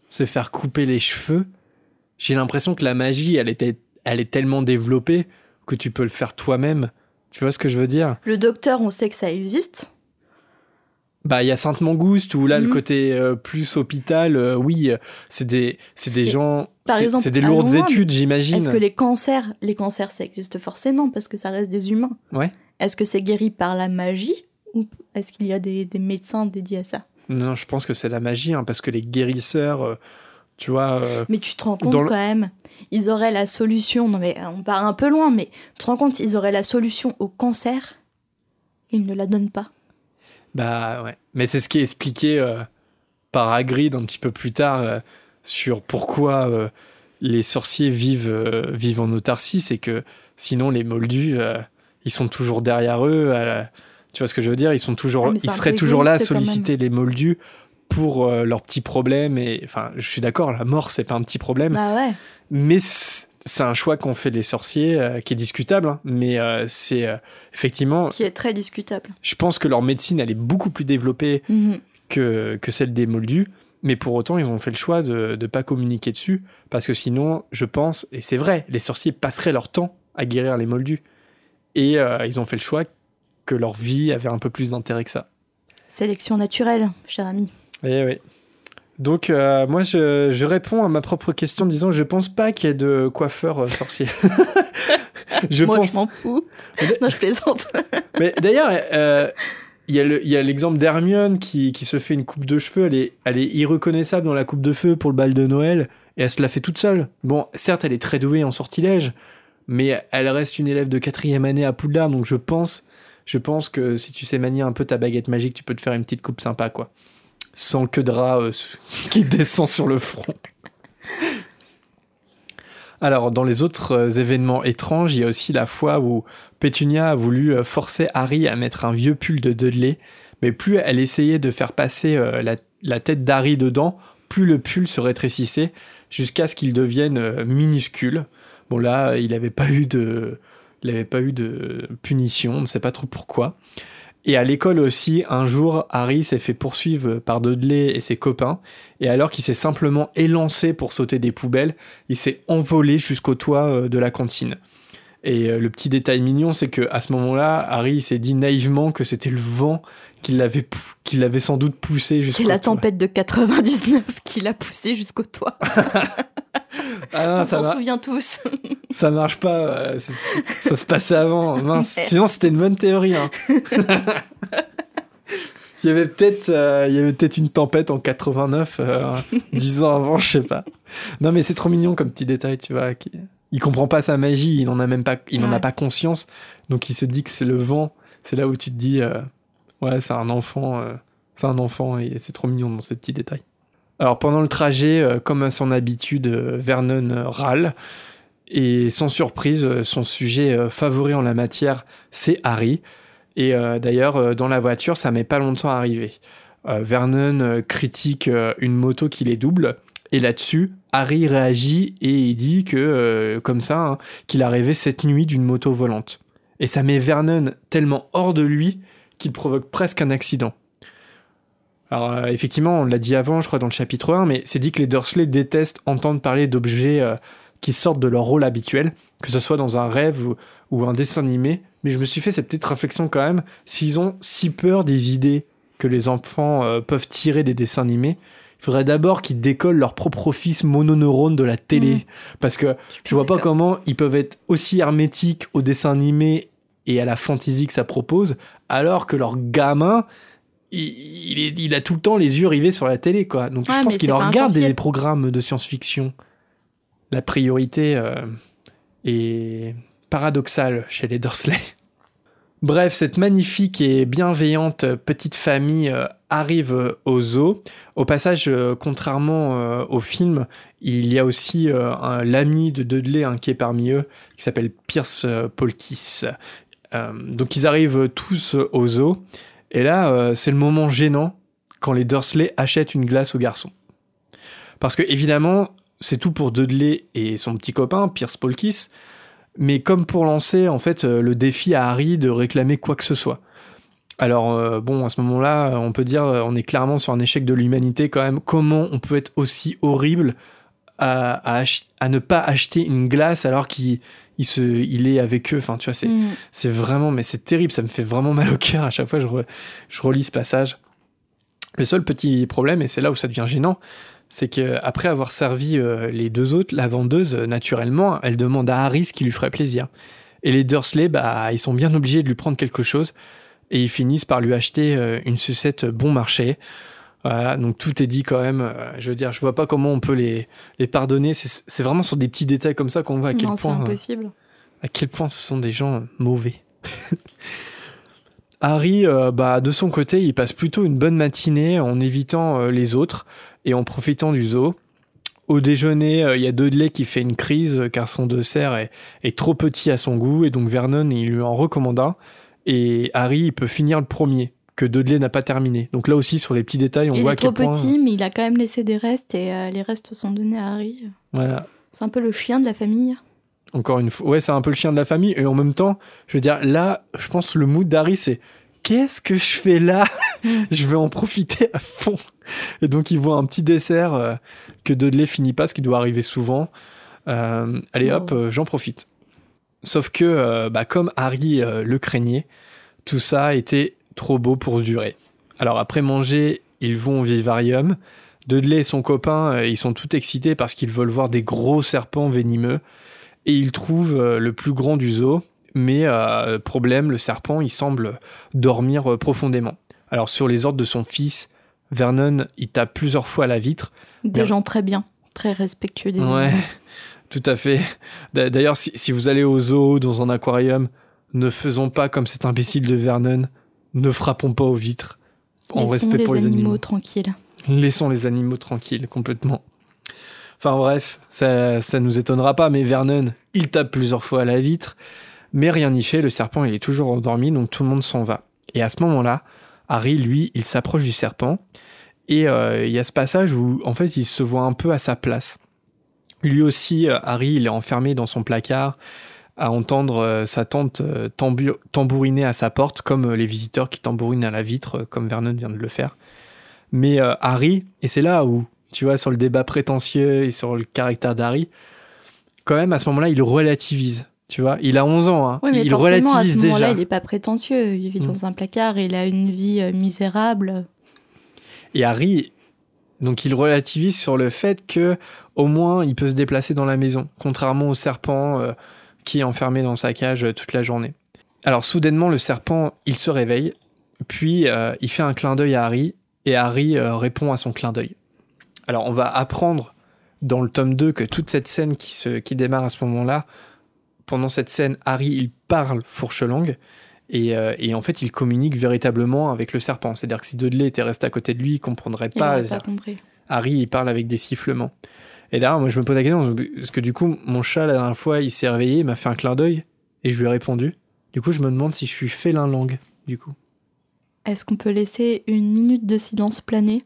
se faire couper les cheveux, j'ai l'impression que la magie, elle, était, elle est tellement développée que tu peux le faire toi-même. Tu vois ce que je veux dire ? Le docteur, on sait que ça existe. Bah, il y a Sainte-Mangouste, où là, Mhm. le côté euh, plus hôpital, euh, oui, euh, c'est des, c'est des Et gens... par c'est, exemple, c'est des à lourdes Lourdes, études, j'imagine. Est-ce que les cancers, les cancers, ça existe forcément parce que ça reste des humains. Ouais. Est-ce que c'est guéri par la magie ou est-ce qu'il y a des, des médecins dédiés à ça? Non, je pense que c'est la magie, hein, parce que les guérisseurs, euh, tu vois... euh, Mais tu te rends compte Dans le- quand même, ils auraient la solution. Non mais on part un peu loin, mais tu te rends compte, ils auraient la solution au cancer, ils ne la donnent pas. Bah ouais, mais c'est ce qui est expliqué euh, par Hagrid un petit peu plus tard euh, sur pourquoi euh, les sorciers vivent, euh, vivent en autarcie, c'est que sinon les moldus, euh, ils sont toujours derrière eux, à la- tu vois ce que je veux dire, ils sont toujours, Ah, mais c'est ils un seraient peu toujours là à égoïste, quand solliciter les moldus pour euh, leurs petits problèmes, et enfin je suis d'accord, la mort c'est pas un petit problème, Bah ouais. mais c'est c'est un choix qu'ont fait les sorciers euh, qui est discutable, hein, mais euh, c'est euh, effectivement... Qui est très discutable. Je pense que leur médecine, elle est beaucoup plus développée Mhm. que, que celle des moldus, mais pour autant, ils ont fait le choix de ne pas communiquer dessus, parce que sinon, je pense, et c'est vrai, les sorciers passeraient leur temps à guérir les moldus, et euh, ils ont fait le choix que leur vie avait un peu plus d'intérêt que ça. Sélection naturelle, cher ami. Eh oui. Donc, euh, moi, je, je réponds à ma propre question en disant, je pense pas qu'il y ait de coiffeur euh, sorcier. je Moi, pense... je m'en fous. Non, je plaisante. Mais d'ailleurs, euh, il y a le- il y a l'exemple d'Hermione qui, qui se fait une coupe de cheveux. Elle est, elle est irreconnaissable dans la coupe de feu pour le bal de Noël. Et elle se la fait toute seule. Bon, certes, elle est très douée en sortilège. Mais elle reste une élève de quatrième année à Poudlard. Donc je pense, je pense que si tu sais manier un peu ta baguette magique, tu peux te faire une petite coupe sympa, quoi. Sans que de ras euh, qui descend sur le front. Alors, dans les autres euh, événements étranges, il y a aussi la fois où Pétunia a voulu euh, forcer Harry à mettre un vieux pull de Dudley, mais plus elle essayait de faire passer euh, la, la tête d'Harry dedans, plus le pull se rétrécissait, jusqu'à ce qu'il devienne euh, minuscule. Bon là, il n'avait pas eu de, il avait pas eu de punition, on ne sait pas trop pourquoi. Et à l'école aussi, un jour, Harry s'est fait poursuivre par Dudley et ses copains, et alors qu'il s'est simplement élancé pour sauter des poubelles, il s'est envolé jusqu'au toit de la cantine. Et le petit détail mignon, c'est que à ce moment-là, Harry il s'est dit naïvement que c'était le vent qui l'avait, pou- qui l'avait sans doute poussé jusqu'au C'est toit. la tempête de quatre-vingt-dix-neuf qui l'a poussé jusqu'au toit. Ah non, On ça, s'en va, souvient tous. ça marche pas, euh, c'est- c'est- ça se passait avant, mince. Ouais. Sinon, c'était une bonne théorie. Hein. Il y avait peut-être, euh, il y avait peut-être une tempête en quatre-vingt-neuf, euh, dix ans avant, je sais pas. Non, mais c'est trop mignon comme petit détail, tu vois. Qui... Il comprend pas sa magie, il n'en a même pas, il n'en a Ouais. pas conscience, donc il se dit que c'est le vent. C'est là où tu te dis, euh, ouais, c'est un enfant, euh, c'est un enfant et c'est trop mignon dans ces petits détails. Alors pendant le trajet, euh, comme à son habitude, euh, Vernon euh, râle. Et sans surprise, euh, son sujet euh, favori en la matière, c'est Harry. Et euh, d'ailleurs, euh, dans la voiture, ça met pas longtemps à arriver. Euh, Vernon euh, critique euh, une moto qui les double. Et là-dessus, Harry réagit et il dit que, euh, comme ça, hein, qu'il a rêvé cette nuit d'une moto volante. Et ça met Vernon tellement hors de lui qu'il provoque presque un accident. Alors euh, effectivement, on l'a dit avant, je crois dans le chapitre un, mais c'est dit que les Dursley détestent entendre parler d'objets euh, qui sortent de leur rôle habituel, que ce soit dans un rêve ou, ou un dessin animé. Mais je me suis fait cette petite réflexion quand même, s'ils ont si peur des idées que les enfants euh, peuvent tirer des dessins animés, il faudrait d'abord qu'ils décollent leur propre office mononeurone de la télé. Mmh. Parce que je vois pas d'accord. comment ils peuvent être aussi hermétiques aux dessins animés et à la fantaisie que ça propose, alors que leur gamin, il, il, est- il a tout le temps les yeux rivés sur la télé, quoi. Donc Ouais, je pense mais qu'il c'est en pas un regarde des sorcier. programmes de science-fiction. La priorité euh, est paradoxale chez les Dursley. Bref, cette magnifique et bienveillante petite famille euh, arrive euh, au zoo. Au passage, euh, contrairement euh, au film, il y a aussi euh, un- l'ami de Dudley hein, qui est parmi eux, qui s'appelle Pierce euh, Polkiss. Euh, donc ils arrivent tous euh, au zoo. Et là, euh, c'est le moment gênant quand les Dursley achètent une glace au garçon. Parce que évidemment, c'est tout pour Dudley et son petit copain, Pierce Polkiss. Mais comme pour lancer en fait euh, le défi à Harry de réclamer quoi que ce soit. Alors, euh, bon, à ce moment-là, on peut dire euh, on est clairement sur un échec de l'humanité quand même. Comment on peut être aussi horrible à, à, ach- à ne pas acheter une glace alors qu'il il se, il est avec eux. Enfin, tu vois, c'est, Mm. c'est vraiment, mais c'est terrible. Ça me fait vraiment mal au cœur à chaque fois que je, re- je relis ce passage. Le seul petit problème, et c'est là où ça devient gênant, c'est qu'après avoir servi euh, les deux autres, la vendeuse, euh, naturellement, elle demande à Harry ce qui lui ferait plaisir. Et les Dursley, bah, ils sont bien obligés de lui prendre quelque chose, et ils finissent par lui acheter euh, une sucette bon marché. Voilà, donc tout est dit quand même. Euh, je veux dire, je vois pas comment on peut les, les pardonner. C'est, c'est vraiment sur des petits détails comme ça qu'on voit à quel Non, c'est point, euh, impossible. à quel point ce sont des gens mauvais. Harry, euh, bah, de son côté, il passe plutôt une bonne matinée en évitant euh, les autres et en profitant du zoo. Au déjeuner, euh, il y a Dudley qui fait une crise euh, car son dessert est, est trop petit à son goût et donc Vernon il lui en recommande un. Et Harry, il peut finir le premier, que Dudley n'a pas terminé. Donc là aussi, sur les petits détails, on Il voit est à quel trop point... petit, mais il a quand même laissé des restes et euh, les restes sont donnés à Harry. Voilà. C'est un peu le chien de la famille. Encore une fois, ouais, c'est un peu le chien de la famille. Et en même temps, je veux dire, là, je pense le mood d'Harry, c'est qu'est-ce que je fais là? Je vais en profiter à fond. Et donc, il voit un petit dessert euh, que Dudley finit pas, ce qui doit arriver souvent. Euh, allez, hop, Oh. euh, j'en profite. Sauf que, euh, bah, comme Harry euh, le craignait, tout ça était trop beau pour durer. Alors, après manger, ils vont au vivarium. Dudley et son copain, euh, ils sont tout excités parce qu'ils veulent voir des gros serpents venimeux. Et ils trouvent euh, le plus grand du zoo. Mais euh, problème, le serpent, il semble dormir euh, profondément. Alors, sur les ordres de son fils, Vernon, il tape plusieurs fois à la vitre. Des Bien. gens très bien, très respectueux des Ouais, animaux. tout à fait. D'a- D'ailleurs, si, si vous allez au zoo, dans un aquarium, ne faisons pas comme cet imbécile de Vernon. Ne frappons pas aux vitres. En Laissons respect les pour les animaux, animaux. tranquilles. Laissons les animaux tranquilles, complètement. Enfin bref, ça, ça nous étonnera pas, mais Vernon, il tape plusieurs fois à la vitre, mais rien n'y fait, le serpent il est toujours endormi, donc tout le monde s'en va. Et à ce moment-là, Harry, lui, il s'approche du serpent, et euh, il y a ce passage où, en fait, il se voit un peu à sa place. Lui aussi, euh, Harry, il est enfermé dans son placard, à entendre euh, sa tante euh, tambu- tambouriner à sa porte, comme euh, les visiteurs qui tambourinent à la vitre, euh, comme Vernon vient de le faire. Mais euh, Harry, et c'est là où, tu vois, sur le débat prétentieux et sur le caractère d'Harry, quand même, à ce moment-là, il relativise, tu vois. Il a onze ans, hein. Oui, mais il forcément, à relativise ce moment-là, déjà. il n'est pas prétentieux. Il vit Mm. dans un placard, il a une vie euh, misérable. Et Harry, donc il relativise sur le fait que au moins il peut se déplacer dans la maison, contrairement au serpent euh, qui est enfermé dans sa cage euh, toute la journée. Alors soudainement, le serpent, il se réveille, puis euh, il fait un clin d'œil à Harry, et Harry euh, répond à son clin d'œil. Alors on va apprendre dans le tome deux que toute cette scène qui, se, qui démarre à ce moment-là, pendant cette scène, Harry, il parle fourche langue, et, euh, et en fait, il communique véritablement avec le serpent. C'est-à-dire que si Dudley était resté à côté de lui, il comprendrait Il pas. n'a pas compris. Harry, il parle avec des sifflements. Et là, moi, je me pose la question, parce que du coup, mon chat, la dernière fois, il s'est réveillé, il m'a fait un clin d'œil, et je lui ai répondu. Du coup, je me demande si je suis félin langue, du coup. Est-ce qu'on peut laisser une minute de silence planer?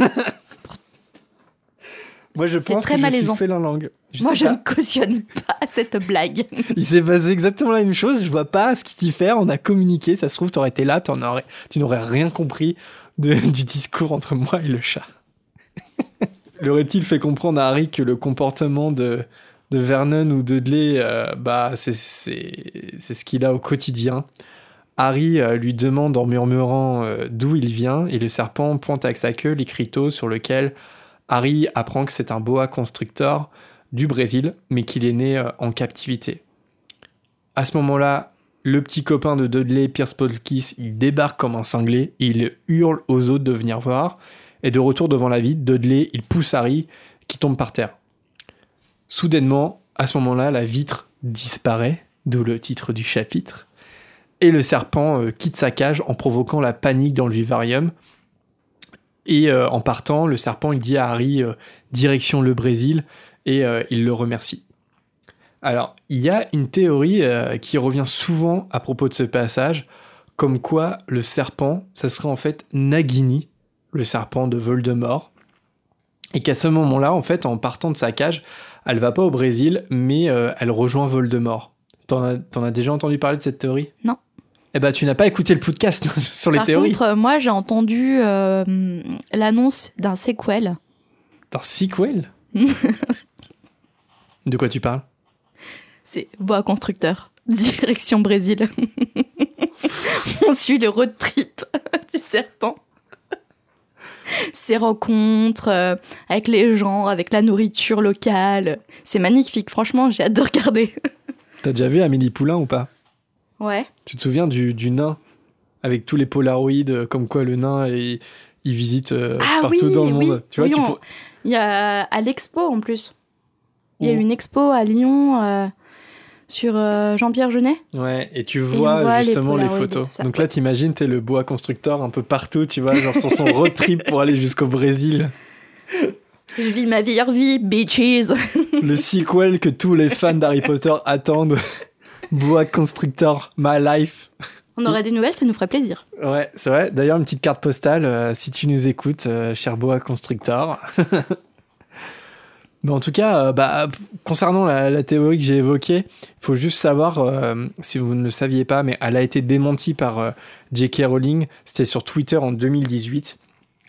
Moi, je C'est pense très que je malaisant. suis félin langue. Je Moi, sais je pas. ne cautionne pas cette blague. Il s'est passé exactement la même chose, je vois pas ce qu'il t'y fait, on a communiqué, ça se trouve, t'aurais été là, t'en aurais, tu n'aurais rien compris de, du discours entre moi et le chat. Le reptile fait comprendre à Harry que le comportement de, de Vernon ou de Dudley, euh, bah, c'est, c'est, c'est ce qu'il a au quotidien. Harry euh, lui demande en murmurant euh, d'où il vient, et le serpent pointe avec sa queue l'écriteau sur lequel Harry apprend que c'est un boa constrictor du Brésil, mais qu'il est né euh, en captivité. À ce moment-là, le petit copain de Dudley, Pierce Polkis, il débarque comme un cinglé, et il hurle aux autres de venir voir, et de retour devant la vitre, Dudley, il pousse Harry, qui tombe par terre. Soudainement, à ce moment-là, la vitre disparaît, d'où le titre du chapitre, et le serpent euh, quitte sa cage en provoquant la panique dans le vivarium. Et euh, en partant, le serpent il dit à Harry euh, direction le Brésil, et euh, il le remercie. Alors, il y a une théorie euh, qui revient souvent à propos de ce passage, comme quoi le serpent, ça serait en fait Nagini, le serpent de Voldemort, et qu'à ce moment-là, en fait, en partant de sa cage, elle va pas au Brésil, mais euh, elle rejoint Voldemort. T'en as, t'en as déjà entendu parler de cette théorie ? Non. Eh Eh ben, tu n'as pas écouté le podcast sur les Par théories. contre, euh, moi, j'ai entendu euh, l'annonce d'un sequel. D'un sequel. De quoi tu parles? C'est Boa Constructeur, direction Brésil. On suit le road trip du serpent. Ses rencontres euh, avec les gens, avec la nourriture locale. C'est magnifique, franchement, j'ai hâte de regarder. T'as déjà vu Amélie Poulain ou pas? Ouais. Tu te souviens du, du nain avec tous les polaroïdes, euh, comme quoi le nain il, il visite euh, Ah partout oui, dans le oui, monde. Tu vois, oui, tu on- pour- Il y a à l'expo en plus. Il y a Où eu une expo à Lyon euh, sur euh, Jean-Pierre Jeunet. Ouais, et tu on vois, voit les justement les, Polaroids et photos. tout ça. Donc là, t'imagines, t'es le boa constructeur un peu partout, tu vois, genre sur son road trip pour aller jusqu'au Brésil. Je vis ma meilleure vie, bitches. Le sequel que tous les fans d'Harry Potter attendent. Boa constructeur, my life. On aurait des nouvelles, ça nous ferait plaisir. Ouais, c'est vrai. D'ailleurs, une petite carte postale, euh, si tu nous écoutes, euh, cher boa constructeur. Mais en tout cas, euh, bah, concernant la, la théorie que j'ai évoquée, il faut juste savoir, euh, si vous ne le saviez pas, mais elle a été démentie par euh, J K. Rowling. C'était sur Twitter en deux mille dix-huit.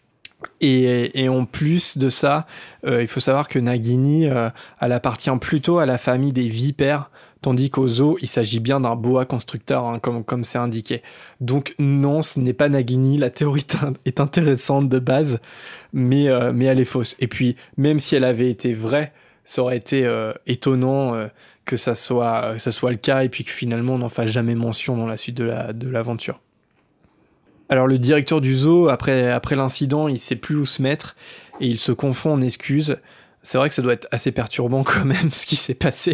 Et, et en plus de ça, euh, il faut savoir que Nagini, euh, elle appartient plutôt à la famille des vipères, tandis qu'au zoo, il s'agit bien d'un boa constructeur, hein, comme comme c'est indiqué. Donc non, ce n'est pas Nagini, la théorie est in- est intéressante de base, mais, euh, mais elle est fausse. Et puis, même si elle avait été vraie, ça aurait été euh, étonnant euh, que ça soit, que ça soit le cas, et puis que finalement on n'en fasse jamais mention dans la suite de la, de l'aventure. Alors le directeur du zoo, après, après l'incident, il sait plus où se mettre, et il se confond en excuses. C'est vrai que ça doit être assez perturbant quand même, ce qui s'est passé.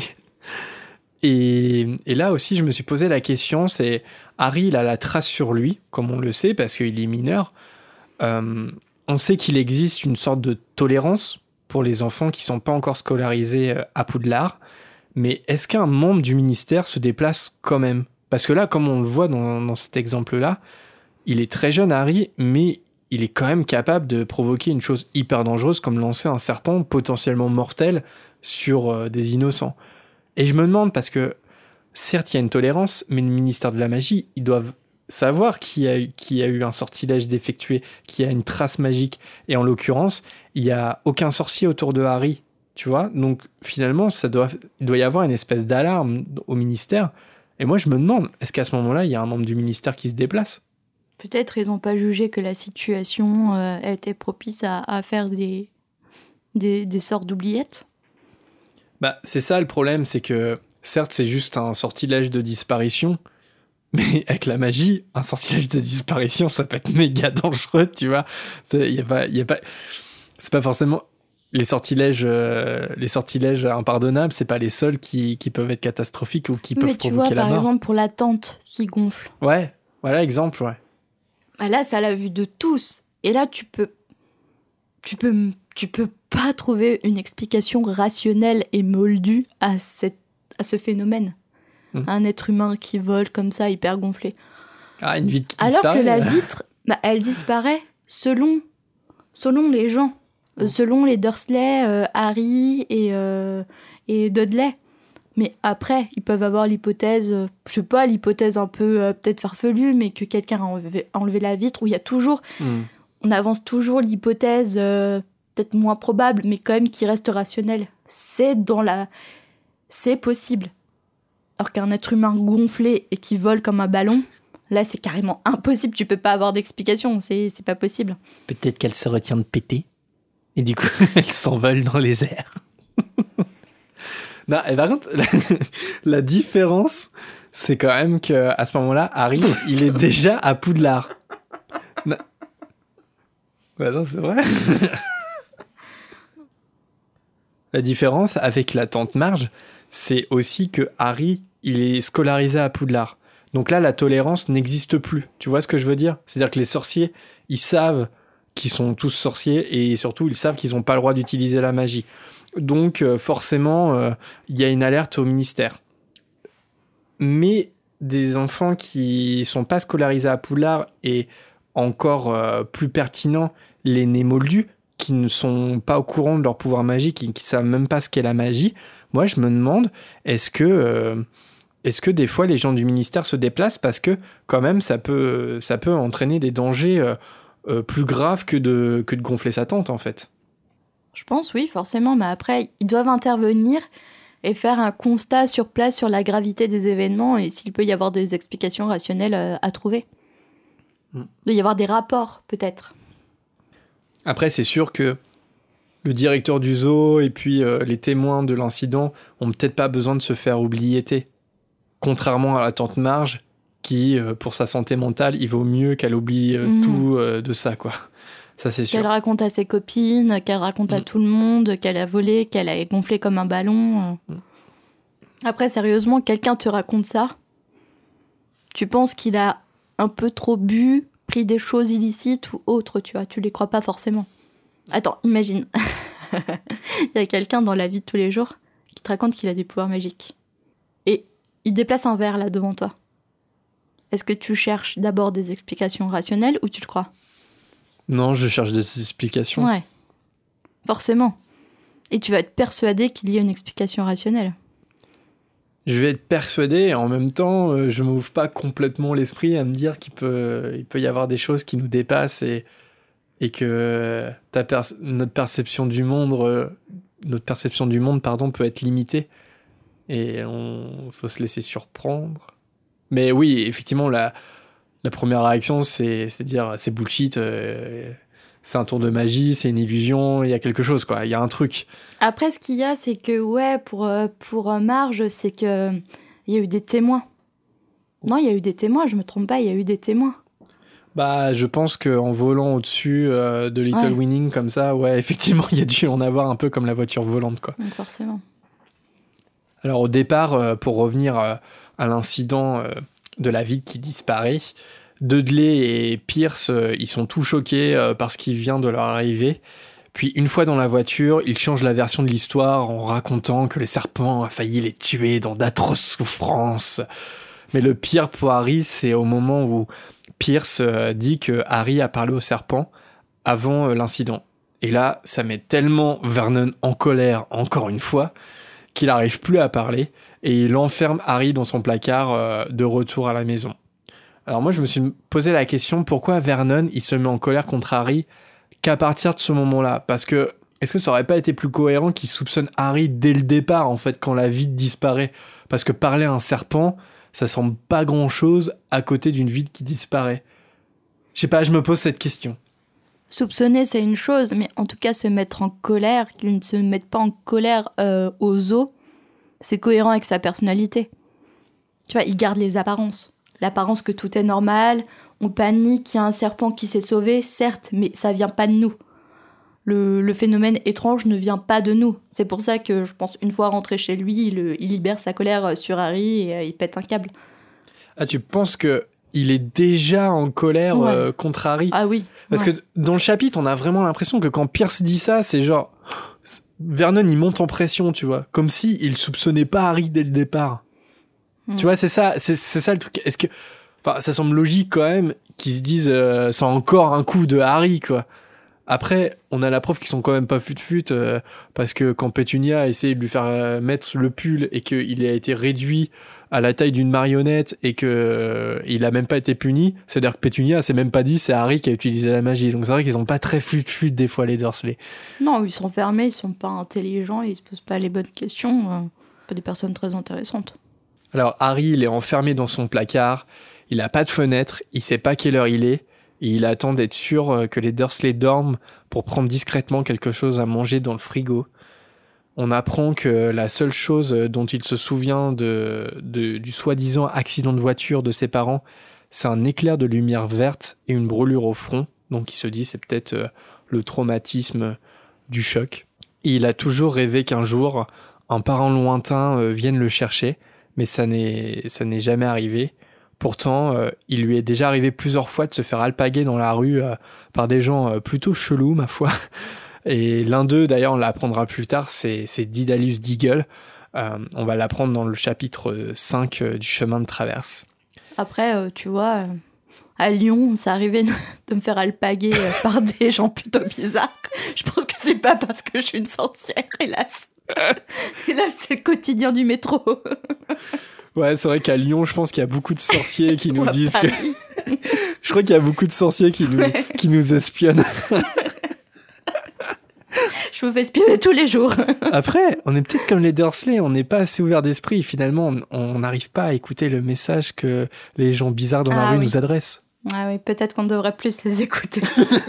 Et, et là aussi, je me suis posé la question, c'est Harry, il a la trace sur lui, comme on le sait, parce qu'il est mineur. Euh, on sait qu'il existe une sorte de tolérance pour les enfants qui sont pas encore scolarisés euh, à Poudlard, mais est-ce qu'un membre du ministère se déplace quand même? Parce que là, comme on le voit dans, dans cet exemple-là, il est très jeune, Harry, mais il est quand même capable de provoquer une chose hyper dangereuse, comme lancer un serpent potentiellement mortel sur euh, des innocents. Et je me demande, parce que certes, il y a une tolérance, mais le ministère de la magie, ils doivent savoir qui a eu, qui a eu un sortilège défectué, qui a une trace magique. Et en l'occurrence, il n'y a aucun sorcier autour de Harry, tu vois. Donc finalement, ça doit, il doit y avoir une espèce d'alarme au ministère. Et moi, je me demande, est-ce qu'à ce moment-là, il y a un membre du ministère qui se déplace? Peut-être ils n'ont pas jugé que la situation euh, était propice à, à faire des, des, des sortes d'oubliettes. Bah, c'est ça le problème, c'est que certes, c'est juste un sortilège de disparition, mais avec la magie, un sortilège de disparition, ça peut être méga dangereux, tu vois. C'est, y a pas, y a pas, c'est pas forcément les sortilèges, euh, les sortilèges impardonnables, c'est pas les seuls qui, qui peuvent être catastrophiques ou qui peuvent Mais tu provoquer vois, la par mort. exemple, pour la tente qui gonfle. Ouais, voilà, exemple, ouais. Bah là, ça l'a vu de tous. Et là, tu peux, tu peux, tu peux pas trouver une explication rationnelle et moldue à cette, à ce phénomène. Mm. Un être humain qui vole comme ça, hyper gonflé. Ah, une vitre qui Alors disparaît. que la vitre, bah, elle disparaît selon, selon les gens, euh, selon les Dursley, euh, Harry et, euh, et Dudley. Mais après, ils peuvent avoir l'hypothèse, euh, je sais pas, l'hypothèse un peu euh, peut-être farfelue, mais que quelqu'un a enlevé, enlevé la vitre, où il y a toujours, Hmm. on avance toujours l'hypothèse euh, peut-être moins probable, mais quand même qui reste rationnelle. C'est dans la, c'est possible. Alors qu'un être humain gonflé et qui vole comme un ballon, là c'est carrément impossible. Tu peux pas avoir d'explication, c'est c'est pas possible. Peut-être qu'elle se retient de péter, et du coup, elle s'envole dans les airs. Non, et par contre, la, la différence, c'est quand même qu'à ce moment-là, Harry, il est déjà à Poudlard. Non. Bah non, c'est vrai. La différence avec la tante Marge, c'est aussi que Harry, il est scolarisé à Poudlard. Donc là, la tolérance n'existe plus. Tu vois ce que je veux dire? C'est-à-dire que les sorciers, ils savent qu'ils sont tous sorciers et surtout, ils savent qu'ils n'ont pas le droit d'utiliser la magie. Donc euh, forcément, euh, il y a une alerte au ministère. Mais des enfants qui sont pas scolarisés à Poudlard et encore euh, plus pertinent, les nés moldus, qui ne sont pas au courant de leur pouvoir magique et qui ne savent même pas ce qu'est la magie, moi je me demande, est-ce que, euh, est-ce que des fois les gens du ministère se déplacent parce que quand même ça peut, ça peut entraîner des dangers euh, euh, plus graves que de, que de gonfler sa tente en fait? Je pense, oui, forcément, mais après, ils doivent intervenir et faire un constat sur place sur la gravité des événements et s'il peut y avoir des explications rationnelles euh, à trouver. Mm. Il doit y avoir des rapports, peut-être. Après, c'est sûr que le directeur du zoo et puis euh, les témoins de l'incident ont peut-être pas besoin de se faire oublier. Contrairement à la tante Marge, qui, euh, pour sa santé mentale, il vaut mieux qu'elle oublie euh, mmh. tout euh, de ça, quoi. Ça, c'est sûr. Qu'elle raconte à ses copines, qu'elle raconte mmh. à tout le monde, qu'elle a volé, qu'elle a gonflé comme un ballon. Mmh. Après, sérieusement, quelqu'un te raconte ça, tu penses qu'il a un peu trop bu, pris des choses illicites ou autres, tu vois, tu les crois pas forcément. Attends, imagine. Il y a quelqu'un dans la vie de tous les jours qui te raconte qu'il a des pouvoirs magiques. Et il déplace un verre là devant toi. Est-ce que tu cherches d'abord des explications rationnelles ou tu le crois? Non, je cherche des explications. Ouais, forcément. Et tu vas être persuadé qu'il y a une explication rationnelle. Je vais être persuadé et en même temps, euh, je m'ouvre pas complètement l'esprit à me dire qu'il peut, il peut y avoir des choses qui nous dépassent et, et que ta per- notre perception du monde, euh, notre perception du monde, pardon, peut être limitée. Et on faut se laisser surprendre. Mais oui, effectivement, la, la première réaction, c'est, c'est de dire c'est bullshit, euh, c'est un tour de magie, c'est une illusion, il y a quelque chose, quoi. Il y a un truc. Après, ce qu'il y a, c'est que, ouais, pour, pour Marge, c'est que il y a eu des témoins. Non, il y a eu des témoins, je me trompe pas, il y a eu des témoins. Bah, je pense qu'en volant au-dessus euh, de Little ouais. Winning, comme ça, ouais, effectivement, il y a dû en avoir un peu comme la voiture volante, quoi. Donc, forcément. Alors, au départ, euh, pour revenir euh, à l'incident euh, de la ville qui disparaît, Dudley et Pierce, euh, ils sont tout choqués euh, par ce qui vient de leur arriver. Puis, une fois dans la voiture, ils changent la version de l'histoire en racontant que le serpent a failli les tuer dans d'atroces souffrances. Mais le pire pour Harry, c'est au moment où Pierce euh, dit que Harry a parlé au serpent avant euh, l'incident. Et là, ça met tellement Vernon en colère, encore une fois, qu'il n'arrive plus à parler et il enferme Harry dans son placard euh, de retour à la maison. Alors moi, je me suis posé la question, pourquoi Vernon, il se met en colère contre Harry qu'à partir de ce moment-là? Parce que, est-ce que ça aurait pas été plus cohérent qu'il soupçonne Harry dès le départ, en fait, quand la vide disparaît? Parce que parler à un serpent, ça semble pas grand-chose à côté d'une vide qui disparaît. Je sais pas, je me pose cette question. Soupçonner, c'est une chose, mais en tout cas, se mettre en colère, qu'il ne se mette pas en colère euh, au zoo, c'est cohérent avec sa personnalité. Tu vois, il garde les apparences. L'apparence que tout est normal, on panique, il y a un serpent qui s'est sauvé, certes, mais ça vient pas de nous. Le, le phénomène étrange ne vient pas de nous. C'est pour ça que, je pense, une fois rentré chez lui, il, il libère sa colère sur Harry et euh, il pète un câble. Ah, tu penses que il est déjà en colère ouais. euh, contre Harry? Ah oui. Parce ouais. que dans le chapitre, on a vraiment l'impression que quand Pierce dit ça, c'est genre... Vernon, il monte en pression, tu vois. Comme si il soupçonnait pas Harry dès le départ. Mmh. Tu vois, c'est ça, c'est, c'est ça le truc. Est-ce que... Enfin, ça semble logique quand même qu'ils se disent euh, c'est encore un coup de Harry, quoi. Après, on a la preuve qu'ils sont quand même pas fut-fut, euh, parce que quand Pétunia a essayé de lui faire euh, mettre le pull et qu'il a été réduit à la taille d'une marionnette et qu'il euh, a même pas été puni, c'est-à-dire que Pétunia s'est même pas dit c'est Harry qui a utilisé la magie. Donc c'est vrai qu'ils ont pas très fut-fut des fois, les Dursley. Non, ils sont fermés, ils sont pas intelligents, ils se posent pas les bonnes questions. Euh, pas des personnes très intéressantes. Alors Harry, il est enfermé dans son placard, il a pas de fenêtre, il sait pas quelle heure il est, et il attend d'être sûr que les Dursley dorment pour prendre discrètement quelque chose à manger dans le frigo. On apprend que la seule chose dont il se souvient de, de, du soi-disant accident de voiture de ses parents, c'est un éclair de lumière verte et une brûlure au front. Donc il se dit c'est peut-être le traumatisme du choc. Et il a toujours rêvé qu'un jour, un parent lointain vienne le chercher, mais ça n'est, ça n'est jamais arrivé. Pourtant, euh, il lui est déjà arrivé plusieurs fois de se faire alpaguer dans la rue euh, par des gens euh, plutôt chelous, ma foi. Et l'un d'eux, d'ailleurs, on l'apprendra plus tard, c'est, c'est Didalus Deagle. Euh, on va l'apprendre dans le chapitre cinq euh, du chemin de traverse. Après, euh, tu vois, euh, à Lyon, ça arrivait de me faire alpaguer euh, par des gens plutôt bizarres. Je pense que c'est pas parce que je suis une sorcière, hélas. Hélas, c'est le quotidien du métro. Ouais, c'est vrai qu'à Lyon, je pense qu'il y a beaucoup de sorciers qui nous Ou à disent que... Paris. Je crois qu'il y a beaucoup de sorciers qui nous, Ouais. qui nous espionnent. Je me fais espionner tous les jours. Après, on est peut-être comme les Dursley, on n'est pas assez ouvert d'esprit. Finalement, on- on n'arrive pas à écouter le message que les gens bizarres dans la Ah rue oui. nous adressent. Ah oui, peut-être qu'on devrait plus les écouter.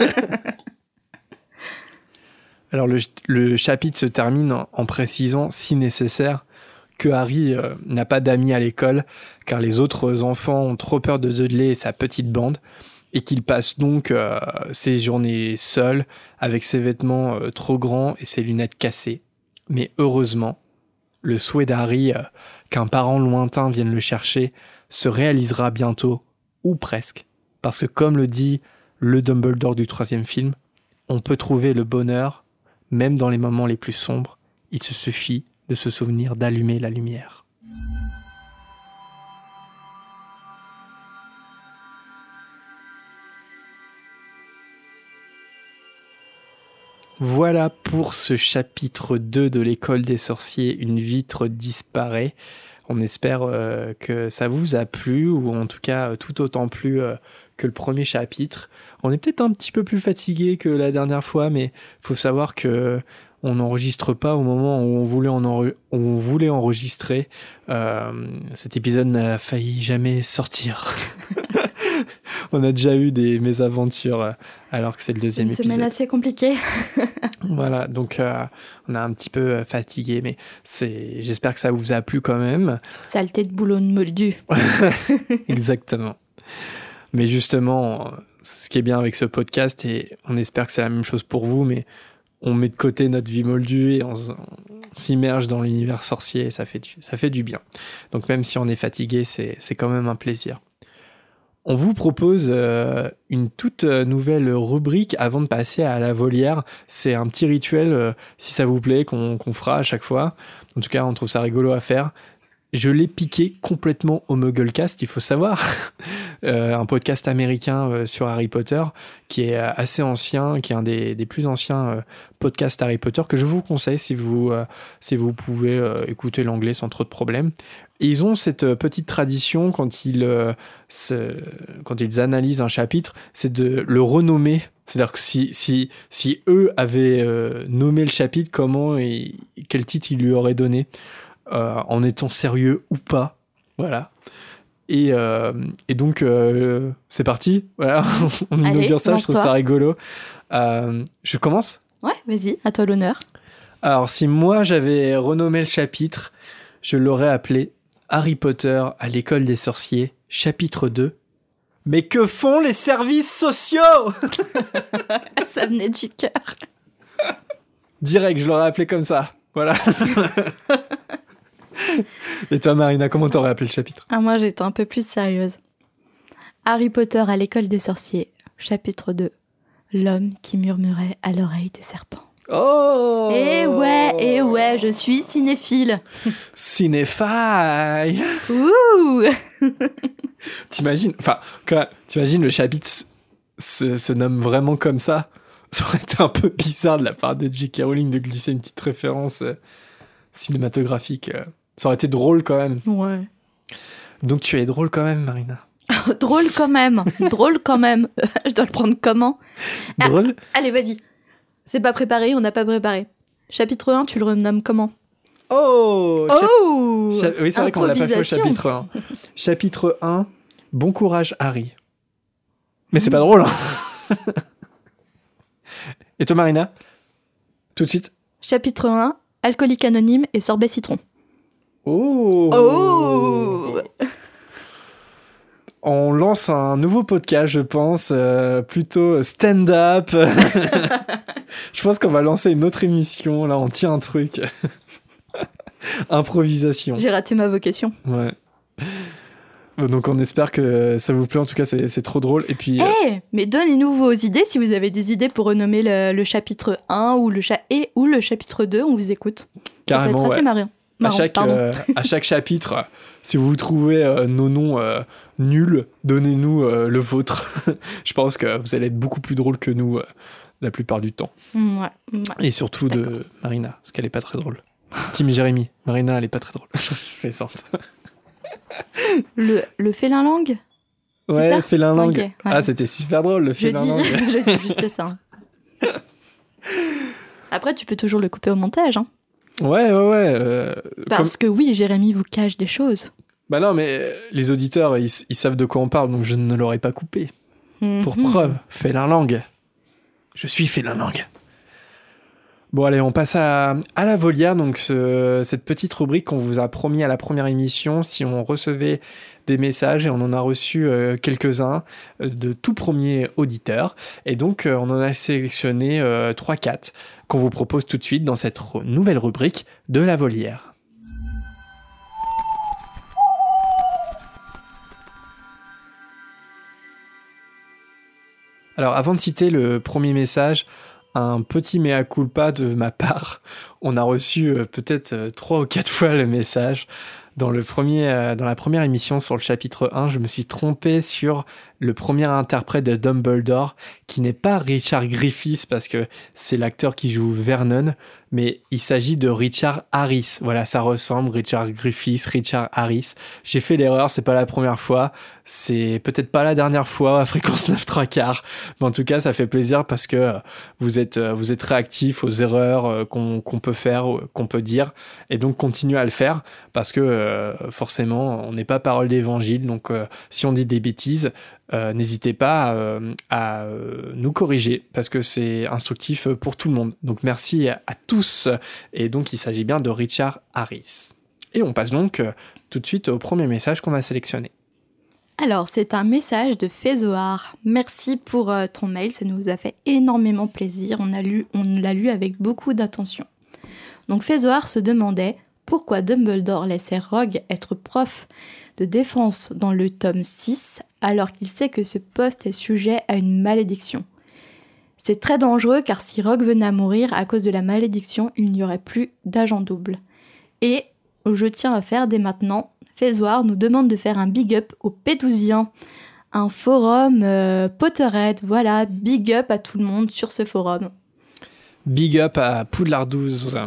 Alors, le, le chapitre se termine en, en précisant, si nécessaire, que Harry euh, n'a pas d'amis à l'école, car les autres enfants ont trop peur de Dudley et sa petite bande, et qu'il passe donc euh, ses journées seul, avec ses vêtements euh, trop grands et ses lunettes cassées. Mais heureusement, le souhait d'Harry euh, qu'un parent lointain vienne le chercher se réalisera bientôt, ou presque, parce que comme le dit le Dumbledore du troisième film, on peut trouver le bonheur même dans les moments les plus sombres. Il se suffit de se souvenir d'allumer la lumière. Voilà pour ce chapitre deux de l'école des sorciers, une vitre disparaît. On espère euh, que ça vous a plu, ou en tout cas euh, tout autant plu euh, que le premier chapitre. On est peut-être un petit peu plus fatigué que la dernière fois, mais faut savoir que on n'enregistre pas au moment où on voulait, en enre- où on voulait enregistrer. Euh, cet épisode n'a failli jamais sortir. On a déjà eu des mésaventures euh, alors que c'est le C'est deuxième une épisode. semaine assez compliquée. Voilà, donc euh, on est un petit peu euh, fatigué, mais c'est... j'espère que ça vous a plu quand même. Saleté de boulot de moldu. Exactement. Mais justement, ce qui est bien avec ce podcast, et on espère que c'est la même chose pour vous, mais on met de côté notre vie moldue et on, s- on s'immerge dans l'univers sorcier et ça fait du, ça fait du bien. Donc même si on est fatigué, c'est, c'est quand même un plaisir. On vous propose euh, une toute nouvelle rubrique avant de passer à la volière. C'est un petit rituel, euh, si ça vous plaît, qu'on, qu'on fera à chaque fois. En tout cas, on trouve ça rigolo à faire. Je l'ai piqué complètement au Mugglecast, il faut savoir. Euh, un podcast américain euh, sur Harry Potter qui est euh, assez ancien, qui est un des, des plus anciens euh, podcasts Harry Potter que je vous conseille si vous, euh, si vous pouvez euh, écouter l'anglais sans trop de problèmes. Et ils ont cette euh, petite tradition quand ils, euh, se, quand ils analysent un chapitre, c'est de le renommer. C'est-à-dire que si, si, si eux avaient euh, nommé le chapitre, comment et quel titre ils lui auraient donné, euh, en étant sérieux ou pas. Voilà. Et, euh, et donc, euh, c'est parti. Voilà, on Allez, inaugure ça, je trouve lance-toi. ça rigolo. Euh, je commence. Ouais, vas-y, à toi l'honneur. Alors, si moi j'avais renommé le chapitre, je l'aurais appelé Harry Potter à l'école des sorciers, chapitre deux. Mais que font les services sociaux ? Ça venait du cœur. Direct, je l'aurais appelé comme ça. Voilà. Et toi, Marina, comment t'aurais appelé le chapitre ? Ah, moi, j'étais un peu plus sérieuse. Harry Potter à l'école des sorciers, chapitre deux. L'homme qui murmurait à l'oreille des serpents. Oh ! Eh ouais, eh ouais, je suis cinéphile. Cinéphile. Ouh. T'imagines, enfin, quand, t'imagines le chapitre s- se, se nomme vraiment comme ça. Ça aurait été un peu bizarre de la part de J K Rowling de glisser une petite référence euh, cinématographique. euh. Ça aurait été drôle quand même. Ouais. Donc tu es drôle quand même, Marina. Drôle quand même, drôle quand même. Je dois le prendre comment ? Ah. Drôle. Allez, vas-y. C'est pas préparé, on n'a pas préparé. Chapitre un, tu le renommes comment ? Oh, chap- Oh cha- Oui, c'est vrai qu'on l'a pas fait au Improvisation. chapitre un. Chapitre un, bon courage, Harry. Mais c'est pas drôle. Hein. Et toi, Marina ? Tout de suite. Chapitre un, alcoolique anonyme et sorbet citron. Oh. Oh. On lance un nouveau podcast, je pense, euh, plutôt stand-up. Je pense qu'on va lancer une autre émission. Là, on tient un truc. Improvisation. J'ai raté ma vocation. Ouais. Donc, on espère que ça vous plaît. En tout cas, c'est, c'est trop drôle. Et puis, Eh, euh, mais donnez-nous vos idées si vous avez des idées pour renommer le, le chapitre un ou le, cha- et, ou le chapitre deux, on vous écoute. carrément, Ça peut être assez ouais. marrant. à, Marrant, chaque, pardon. euh, à chaque chapitre, euh, si vous trouvez euh, nos noms euh, nuls, donnez-nous euh, le vôtre. Je pense que vous allez être beaucoup plus drôle que nous euh, la plupart du temps. Mm, ouais, ouais. Et surtout D'accord. de Marina, parce qu'elle est pas très drôle. Team Jérémy, Marina, elle est pas très drôle. Je fais sens. Le, le félin langue. Ouais, ça félin langue. Ok, ouais. Ah, c'était super drôle, le Je félin dis, langue. je dis juste ça. Après, tu peux toujours le couper au montage. Hein. Ouais, ouais, ouais. euh, Parce comme- que oui, Jérémy vous cache des choses. Bah non, mais euh, les auditeurs, ils, ils savent de quoi on parle, donc je ne l'aurais pas coupé. Pour Mhm. preuve, félin langue. Je suis félin langue. Bon, allez, on passe à, à la volière, donc ce- cette petite rubrique qu'on vous a promis à la première émission, si on recevait des messages, et on en a reçu euh, quelques-uns euh, de tout premiers auditeurs, et donc euh, on en a sélectionné euh, trois quatre qu'on vous propose tout de suite dans cette ru- nouvelle rubrique de la volière. Alors, avant de citer le premier message, un petit mea culpa de ma part. On a reçu euh, peut-être euh, trois ou quatre fois le message. Dans, le premier, euh, dans la première émission sur le chapitre un, je me suis trompé sur le premier interprète de Dumbledore, qui n'est pas Richard Griffiths, parce que c'est l'acteur qui joue Vernon, mais il s'agit de Richard Harris. Voilà, ça ressemble, Richard Griffiths, Richard Harris. J'ai fait l'erreur, c'est pas la première fois, c'est peut-être pas la dernière fois à Fréquence neuf trois quarts, mais en tout cas, ça fait plaisir parce que euh, vous êtes, euh, vous êtes réactifs aux erreurs euh, qu'on, qu'on peut faire, euh, qu'on peut dire, et donc continuez à le faire, parce que euh, forcément, on n'est pas parole d'évangile, donc euh, si on dit des bêtises, Euh, n'hésitez pas euh, à euh, nous corriger parce que c'est instructif pour tout le monde. Donc merci à, à tous. Et donc il s'agit bien de Richard Harris. Et on passe donc euh, tout de suite au premier message qu'on a sélectionné. Alors, c'est un message de Fézoar. Merci pour euh, ton mail, ça nous a fait énormément plaisir. On, a lu, on l'a lu avec beaucoup d'attention. Donc Fézoar se demandait pourquoi Dumbledore laissait Rogue être prof de défense dans le tome six alors qu'il sait que ce poste est sujet à une malédiction. C'est très dangereux car si Rogue venait à mourir à cause de la malédiction, il n'y aurait plus d'agent double. Et je tiens à faire dès maintenant, Fézoar nous demande de faire un big up aux Pétousiens, un forum euh, Potterhead. Voilà, big up à tout le monde sur ce forum. Big up à Poudlardouze.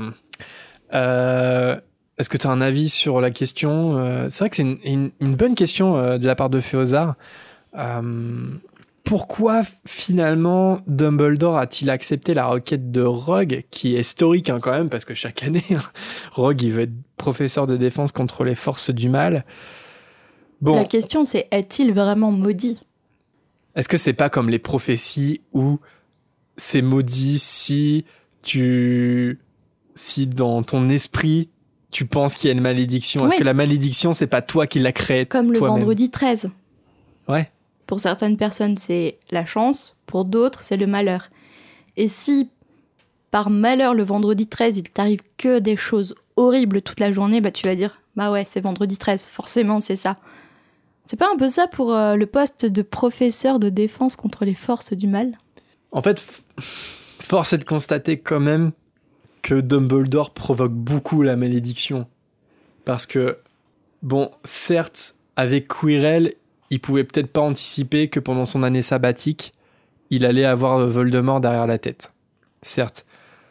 Euh, est-ce que tu as un avis sur la question ? Euh, C'est vrai que c'est une, une, une bonne question euh, de la part de Féozard. Euh, pourquoi finalement Dumbledore a-t-il accepté la requête de Rogue, qui est historique hein, quand même, parce que chaque année, hein, Rogue il veut être professeur de défense contre les forces du mal. Bon, La question c'est, est-il vraiment maudit ? est-ce que c'est pas comme les prophéties où c'est maudit si tu... si dans ton esprit tu penses qu'il y a une malédiction ? Est-ce Oui. que la malédiction c'est pas toi qui l'as créée Comme le toi-même ? vendredi treize. Ouais. Pour certaines personnes, c'est la chance, pour d'autres, c'est le malheur. Et si, par malheur, le vendredi treize, il t'arrive que des choses horribles toute la journée, bah tu vas dire, bah ouais, c'est vendredi treize, forcément, c'est ça. C'est pas un peu ça pour euh, le poste de professeur de défense contre les forces du mal ? En fait, f- force est de constater quand même que Dumbledore provoque beaucoup la malédiction. Parce que, bon, certes, avec Quirrell, il pouvait peut-être pas anticiper que pendant son année sabbatique, il allait avoir Voldemort derrière la tête. Certes.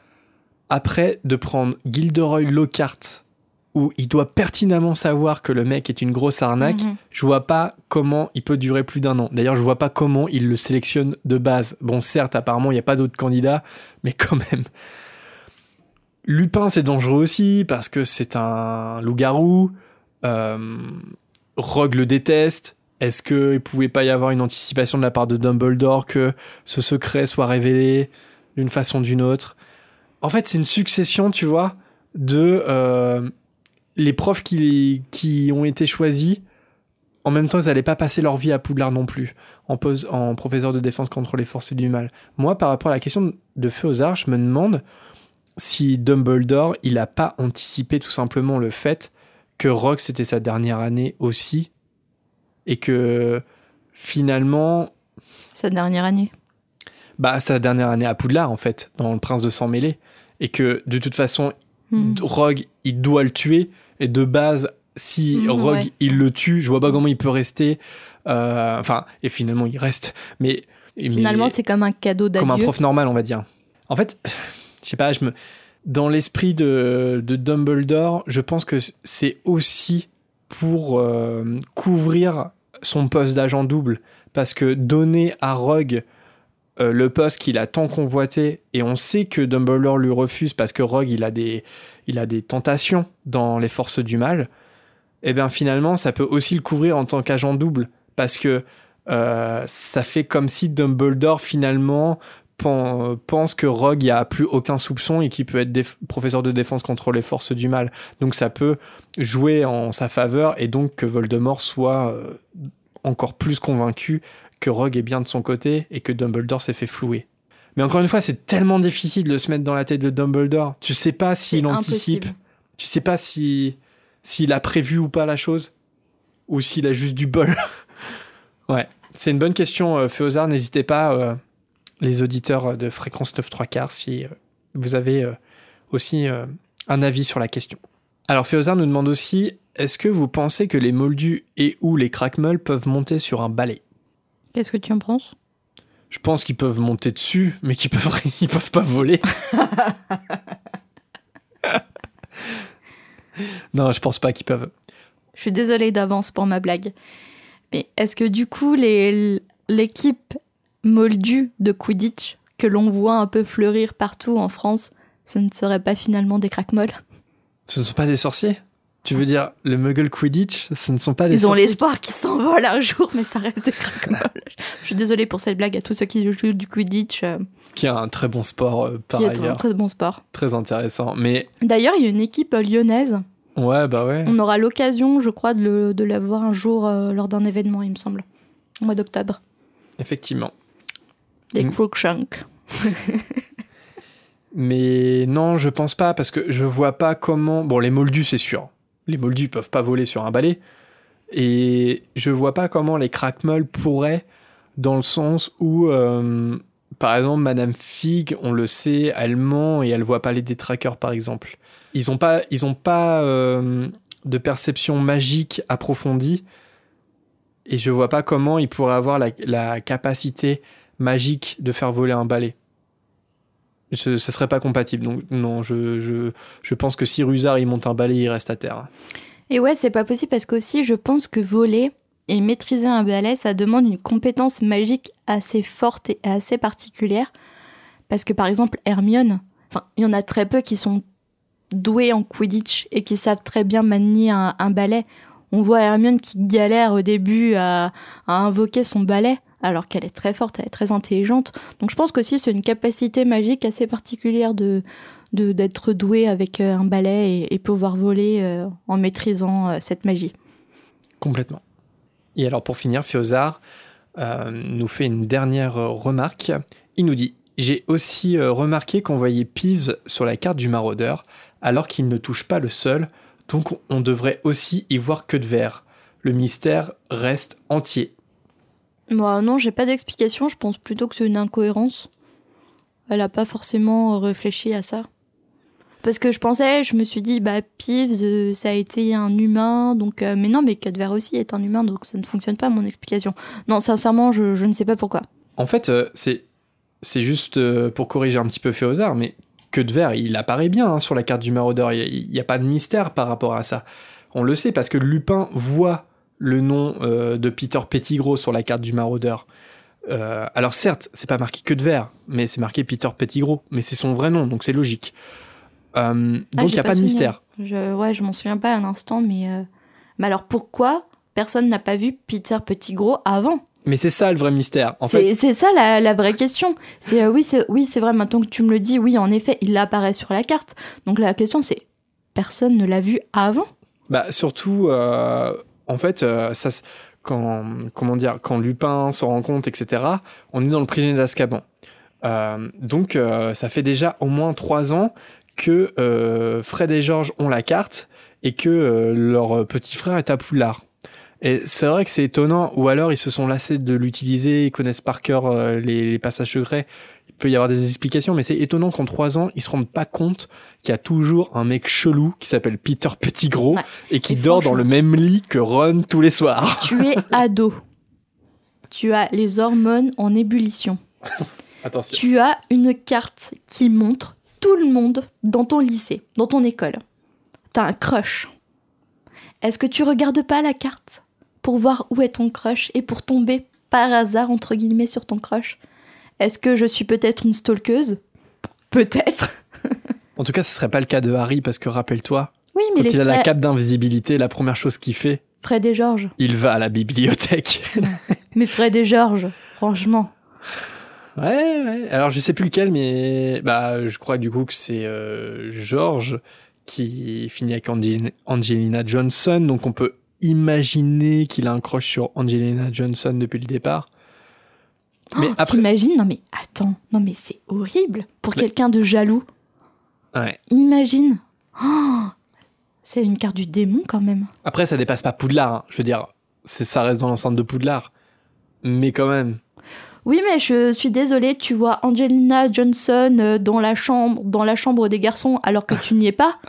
Après, de prendre Gilderoy Lockhart, où il doit pertinemment savoir que le mec est une grosse arnaque, Mhm. je vois pas comment il peut durer plus d'un an. D'ailleurs, je vois pas comment il le sélectionne de base. Bon, certes, apparemment, il n'y a pas d'autres candidats, mais quand même. Lupin, c'est dangereux aussi, parce que c'est un loup-garou. Euh, Rogue le déteste. Est-ce qu'il pouvait pas y avoir une anticipation de la part de Dumbledore que ce secret soit révélé d'une façon ou d'une autre ? En fait, c'est une succession, tu vois, de... Euh, les profs qui, qui ont été choisis, en même temps, ils n'allaient pas passer leur vie à Poudlard non plus, en, pose, en professeur de défense contre les forces du mal. Moi, par rapport à la question de Féozard, je me demande si Dumbledore, il n'a pas anticipé tout simplement le fait que Rogue, c'était sa dernière année aussi, et que finalement... Sa dernière année. Bah, sa dernière année à Poudlard, en fait, dans Le Prince de Sang Mêlé, et que, de toute façon, Hmm. Rogue, il doit le tuer, et de base, si Mmh, Rogue, ouais. il le tue, je vois pas comment il peut rester, euh, enfin, et finalement, il reste, mais... Finalement, mais c'est comme un cadeau d'adieu. comme un prof normal, on va dire. En fait, je sais pas, je me... dans l'esprit de, de Dumbledore, je pense que c'est aussi pour euh, couvrir son poste d'agent double. Parce que donner à Rogue euh, le poste qu'il a tant convoité, et on sait que Dumbledore lui refuse parce que Rogue, il a des, il a des tentations dans les forces du mal, et bien finalement, ça peut aussi le couvrir en tant qu'agent double. Parce que euh, ça fait comme si Dumbledore, finalement, pen- pense que Rogue n'a plus aucun soupçon et qu'il peut être déf- professeur de défense contre les forces du mal. Donc ça peut jouer en sa faveur, et donc que Voldemort soit... Euh, encore plus convaincu que Rogue est bien de son côté et que Dumbledore s'est fait flouer. Mais encore une fois, c'est tellement difficile de se mettre dans la tête de Dumbledore. Tu sais pas s'il anticipe. Impossible. Tu sais pas si s'il a prévu ou pas la chose, ou s'il a juste du bol. Ouais, c'est une bonne question, euh, Féozard. N'hésitez pas, euh, les auditeurs de Fréquence neuf trois quarts, si euh, vous avez euh, aussi euh, un avis sur la question. Alors Féozard nous demande aussi: est-ce que vous pensez que les Moldus et ou les Crackmull peuvent monter sur un balai? Qu'est-ce que tu en penses? Je pense qu'ils peuvent monter dessus, mais qu'ils peuvent, ils peuvent pas voler. Non, je pense pas qu'ils peuvent. Je suis désolée d'avance pour ma blague. Mais est-ce que du coup, les, l'équipe Moldu de Quidditch, que l'on voit un peu fleurir partout en France, ce ne serait pas finalement des Crackmull? Ce ne sont pas des sorciers? Tu veux dire, le Muggle Quidditch, ce ne sont pas des Ils ont sorciers? l'espoir qu'ils s'envolent un jour, mais ça reste des Crackmull. Je suis désolée pour cette blague à tous ceux qui jouent du Quidditch. Euh, Qui est un très bon sport, euh, par qui est ailleurs. un très bon sport. Très intéressant. Mais D'ailleurs, il y a une équipe euh, lyonnaise. ouais, bah ouais. On aura l'occasion, je crois, de, le, de la voir un jour euh, lors d'un événement, il me semble. Au mois d'octobre. Effectivement. Les Mm. Crookshanks. Mais non, je pense pas, parce que je vois pas comment... Bon, les Moldus, c'est sûr. Les Moldus peuvent pas voler sur un balai. Et je vois pas comment les Crackmull pourraient, dans le sens où, euh, par exemple, Madame Fig, on le sait, elle ment et elle voit pas les détraqueurs, par exemple. Ils ont pas, ils ont pas euh, de perception magique approfondie. Et je vois pas comment ils pourraient avoir la, la capacité magique de faire voler un balai. Ce, ça serait pas compatible. Donc non, je, je, je pense que si Rusard il monte un balai, il reste à terre. Et ouais, c'est pas possible parce qu'aussi, je pense que voler et maîtriser un balai, ça demande une compétence magique assez forte et assez particulière. Parce que par exemple, Hermione, enfin, il y en a très peu qui sont doués en Quidditch et qui savent très bien manier un, un balai. On voit Hermione qui galère au début à, à invoquer son balai, alors qu'elle est très forte, elle est très intelligente. Donc je pense qu'aussi c'est une capacité magique assez particulière de, de, d'être doué avec un balai et, et pouvoir voler euh, en maîtrisant euh, cette magie. Complètement. Et alors pour finir, Féozard euh, nous fait une dernière remarque. Il nous dit: j'ai aussi euh, remarqué qu'on voyait Peeves sur la carte du maraudeur, alors qu'il ne touche pas le sol, donc on devrait aussi y voir Queue de Verre. Le mystère reste entier. Moi, non, j'ai pas d'explication. Je pense plutôt que c'est une incohérence. Elle a pas forcément réfléchi à ça. Parce que je pensais, je me suis dit, bah, Peeves, euh, ça a été un humain, donc... Euh, mais non, mais Queue de Verre aussi est un humain, donc ça ne fonctionne pas, mon explication. Non, sincèrement, je, je ne sais pas pourquoi. En fait, euh, c'est, c'est juste euh, pour corriger un petit peu Féozard, mais Queue de Verre, il apparaît bien hein, sur la carte du maraudeur. Il n'y a, a pas de mystère par rapport à ça. On le sait, parce que Lupin voit le nom euh, de Peter Pettigrew sur la carte du maraudeur. Euh, alors certes, c'est pas marqué Queue de Verre, mais c'est marqué Peter Pettigrew, mais c'est son vrai nom, donc c'est logique. Euh, Ah, donc il j'ai n'y a pas, de souvenir. mystère. Je, ouais, je m'en souviens pas à l'instant, mais... Euh... Mais alors pourquoi personne n'a pas vu Peter Pettigrew avant? Mais c'est ça le vrai mystère. En c'est, fait, c'est ça la, la vraie question. C'est, euh, oui, c'est, oui, c'est vrai, maintenant que tu me le dis, oui, en effet, il apparaît sur la carte. Donc la question, c'est, personne ne l'a vu avant? bah, surtout, euh, en fait, euh, ça, s- quand, comment dire, quand Lupin se rend compte, et cetera, on est dans le prisonnier d'Azkaban. Euh, donc euh, ça fait déjà au moins trois ans que euh, Fred et George ont la carte et que euh, leur petit frère est à Poudlard. Et c'est vrai que c'est étonnant, ou alors ils se sont lassés de l'utiliser, ils connaissent par cœur euh, les, les passages secrets. Il peut y avoir des explications, mais c'est étonnant qu'en trois ans, ils se rendent pas compte qu'il y a toujours un mec chelou qui s'appelle Peter Pettigrew Ouais. et qui Et dort dans franchement- le même lit que Ron tous les soirs. Tu es ado. Tu as les hormones en ébullition. Attention. Tu as une carte qui montre tout le monde dans ton lycée, dans ton école. T'as un crush. Est-ce que tu regardes pas la carte pour voir où est ton crush et pour tomber par hasard, entre guillemets, sur ton crush? Est-ce que je suis peut-être une stalkeuse? Peut-être. En tout cas, ce serait pas le cas de Harry, parce que rappelle-toi, Oui, mais quand les il a la Fred... cape d'invisibilité, la première chose qu'il fait, Fred et George. il va à la bibliothèque. Mais Fred et George, franchement. Ouais, ouais. Alors, je sais plus lequel, mais bah, je crois du coup que c'est euh, George qui finit avec Angel- Angelina Johnson. Donc, on peut imaginer qu'il a un crush sur Angelina Johnson depuis le départ. Mais Oh, après, T'imagines? Non mais attends, non mais c'est horrible pour Mais- quelqu'un de jaloux. ouais. Imagine. Oh, c'est une carte du démon quand même. Après, ça dépasse pas Poudlard. Hein. Je veux dire, c'est ça reste dans l'enceinte de Poudlard, mais quand même. Oui, mais je suis désolée, tu vois Angelina Johnson euh, dans la chambre, dans la chambre des garçons alors que tu n'y es pas.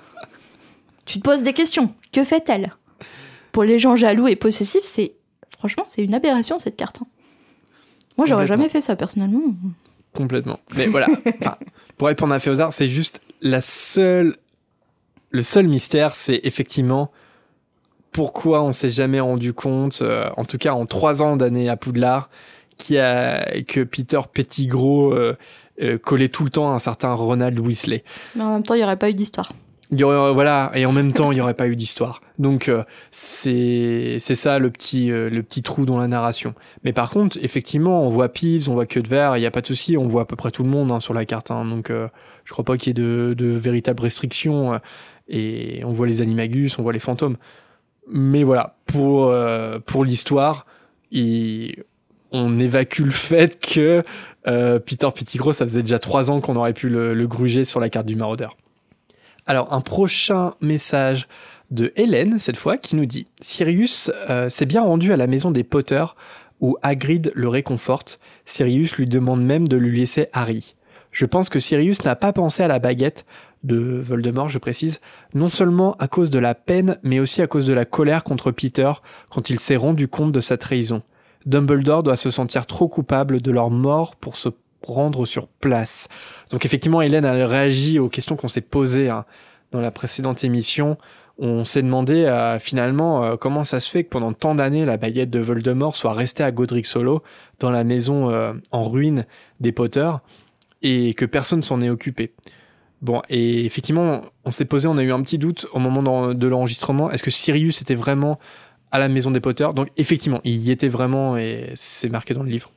Tu te poses des questions. Que fait-elle? Pour les gens jaloux et possessifs, c'est franchement, c'est une aberration cette carte. hein. Moi, j'aurais Complètement. jamais fait ça personnellement. Complètement. Mais voilà. Enfin, pour répondre à Féozard, c'est juste la seule, le seul mystère, c'est effectivement pourquoi on s'est jamais rendu compte, euh, en tout cas en trois ans d'années à Poudlard, qui a, que Peter Pettigrew euh, euh, collait tout le temps à un certain Ronald Weasley. Mais en même temps, il n'y aurait pas eu d'histoire. Il y aurait, voilà, et en même temps, il n'y aurait pas eu d'histoire. Donc, euh, c'est, c'est ça le petit, euh, le petit trou dans la narration. Mais par contre, effectivement, on voit Peeves, on voit Queue de Verre, il n'y a pas de souci, on voit à peu près tout le monde hein, sur la carte. Hein, donc, euh, je crois pas qu'il y ait de, de véritables restrictions. Euh, et on voit les animagus, on voit les fantômes. Mais voilà, pour, euh, pour l'histoire, il, on évacue le fait que euh, Peter Pettigrew, ça faisait déjà trois ans qu'on aurait pu le, le gruger sur la carte du maraudeur. Alors, un prochain message de Hélène, cette fois, qui nous dit « Sirius euh, s'est bien rendu à la maison des Potter, où Hagrid le réconforte. Sirius lui demande même de lui laisser Harry. Je pense que Sirius n'a pas pensé à la baguette de Voldemort, je précise, non seulement à cause de la peine, mais aussi à cause de la colère contre Peter quand il s'est rendu compte de sa trahison. Dumbledore doit se sentir trop coupable de leur mort pour se rendre sur place. » Donc effectivement, Hélène a réagi aux questions qu'on s'est posées hein, dans la précédente émission. On s'est demandé euh, finalement euh, comment ça se fait que pendant tant d'années, la baguette de Voldemort soit restée à Godric Hollow, dans la maison euh, en ruine des Potter, et que personne s'en est occupé. Bon, et effectivement, on s'est posé, on a eu un petit doute au moment de l'enregistrement. Est-ce que Sirius était vraiment à la maison des Potter? Donc effectivement, il y était vraiment, et c'est marqué dans le livre.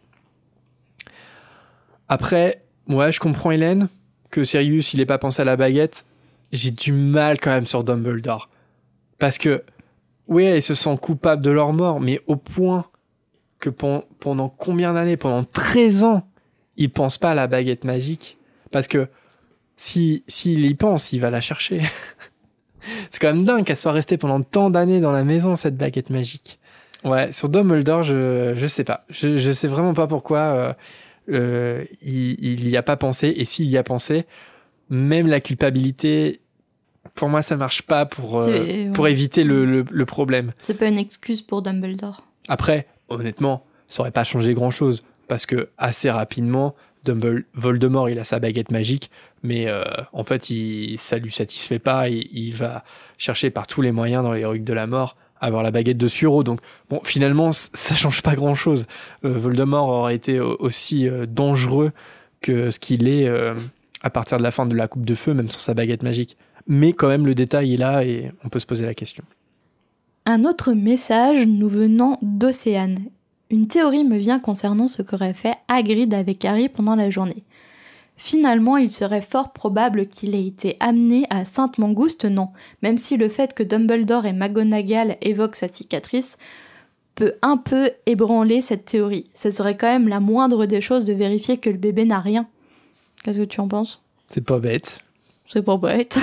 Après, ouais, je comprends Hélène, que Sirius, il n'ait pas pensé à la baguette. J'ai du mal quand même sur Dumbledore. Parce que, ouais, ils se sentent coupables de leur mort, mais au point que pendant, pendant combien d'années? Pendant treize ans, ils pensent pas à la baguette magique. Parce que, si, s'il y pense, il va la chercher. C'est quand même dingue qu'elle soit restée pendant tant d'années dans la maison, cette baguette magique. Ouais, sur Dumbledore, je, je sais pas. Je, je sais vraiment pas pourquoi... Euh, Euh, il, il y a pas pensé, et s'il y a pensé, même la culpabilité, pour moi ça marche pas pour, euh, C'est- pour ouais. éviter le, le, le problème. C'est pas une excuse pour Dumbledore. Après, honnêtement, ça aurait pas changé grand chose, parce que assez rapidement, Dumbledore, Voldemort il a sa baguette magique, mais euh, en fait il, ça lui satisfait pas, et il va chercher par tous les moyens dans les rues de la mort avoir la baguette de Suro. Donc bon, finalement c- ça change pas grand chose. euh, Voldemort aurait été au- aussi euh, dangereux que ce qu'il est euh, à partir de la fin de la coupe de feu, même sans sa baguette magique. Mais quand même le détail est là et on peut se poser la question. Un autre message nous venant d'Océane. Une théorie me vient concernant ce qu'aurait fait Hagrid avec Harry pendant la journée. Finalement, il serait fort probable qu'il ait été amené à Sainte-Mangouste, non, même si le fait que Dumbledore et McGonagall évoquent sa cicatrice peut un peu ébranler cette théorie. Ce serait quand même la moindre des choses de vérifier que le bébé n'a rien. Qu'est-ce que tu en penses? C'est pas bête. C'est pas bête.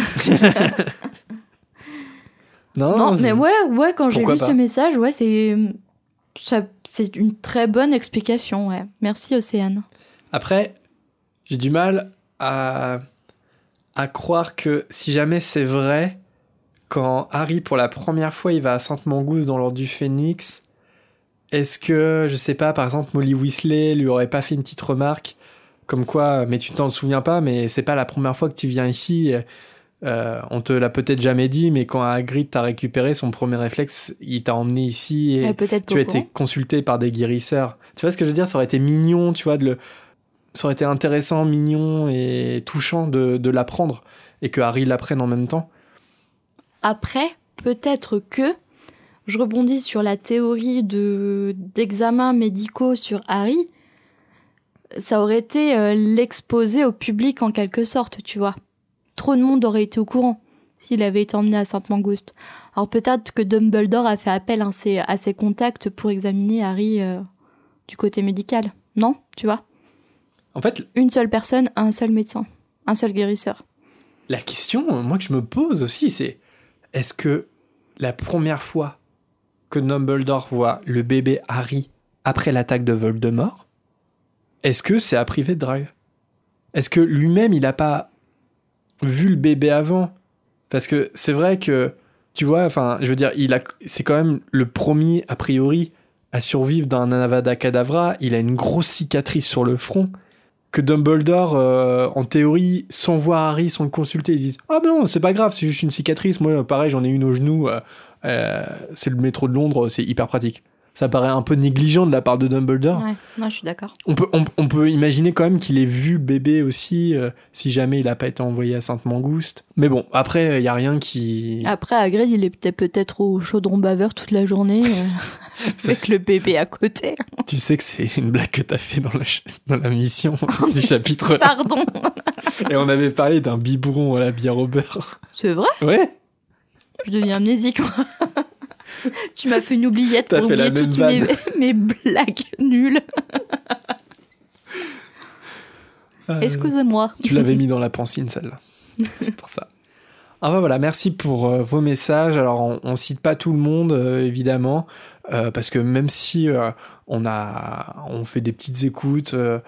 Non, Non, c'est- mais ouais, ouais, quand j'ai Pourquoi lu pas ce message, ouais, c'est ça, c'est une très bonne explication, ouais. Merci Océane. Après, j'ai du mal à, à croire que si jamais c'est vrai, quand Harry, pour la première fois, il va à Sainte-Mangouste dans l'ordre du Phénix, est-ce que, je sais pas, par exemple, Molly Weasley lui aurait pas fait une petite remarque comme quoi, mais tu t'en souviens pas, mais c'est pas la première fois que tu viens ici, Euh, on te l'a peut-être jamais dit, mais quand Hagrid t'a récupéré, son premier réflexe, il t'a emmené ici et Ah, peut-être tu as pas au été consulté par des guérisseurs. Tu vois ce que je veux dire? Ça aurait été mignon, tu vois, de le... ça aurait été intéressant, mignon et touchant de, de l'apprendre et que Harry l'apprenne en même temps. Après, peut-être que je rebondis sur la théorie de, d'examens médicaux sur Harry. Ça aurait été euh, l'exposer au public en quelque sorte, tu vois. Trop de monde aurait été au courant s'il avait été emmené à Sainte-Mangouste. Alors peut-être que Dumbledore a fait appel à ses, à ses contacts pour examiner Harry euh, du côté médical. Non, tu vois? En fait, Une seule personne, un seul médecin, un seul guérisseur. la question, moi, que je me pose aussi, c'est est-ce que la première fois que Dumbledore voit le bébé Harry après l'attaque de Voldemort, est-ce que c'est à privé de Drive? Est-ce que lui-même, il n'a pas vu le bébé avant? Parce que c'est vrai que, tu vois, enfin, je veux dire, il a, c'est quand même le premier, a priori, à survivre d'un Avada Kedavra. Il a une grosse cicatrice sur le front. Que Dumbledore, euh, en théorie, sans voir Harry, sans le consulter, ils disent « Ah ben non, c'est pas grave, c'est juste une cicatrice. Moi, pareil, j'en ai une au genou. Euh, euh, c'est le métro de Londres, c'est hyper pratique. » Ça paraît un peu négligent de la part de Dumbledore. Ouais, non, je suis d'accord. On peut, on, on peut imaginer quand même qu'il ait vu le bébé aussi, euh, si jamais il n'a pas été envoyé à Sainte-Mangouste. Mais bon, après, il n'y a rien qui... Après, Hagrid, il était peut-être au chaudron baveur toute la journée, euh, avec le bébé à côté. Tu sais que c'est une blague que t'as fait dans la, ch- dans la mission du chapitre. Pardon. Et on avait parlé d'un biberon à la bière au beurre. C'est vrai? Ouais. Je deviens amnésique, moi. Tu m'as fait une oubliette T'as pour fait la oublier même toutes mes, vanne. mes blagues nulles. Euh, Excusez-moi. Tu l'avais mis dans la pancine, celle-là. C'est pour ça. Ah bah voilà, merci pour euh, vos messages. Alors, on, on cite pas tout le monde, euh, évidemment, euh, parce que même si euh, on a, on fait des petites écoutes euh,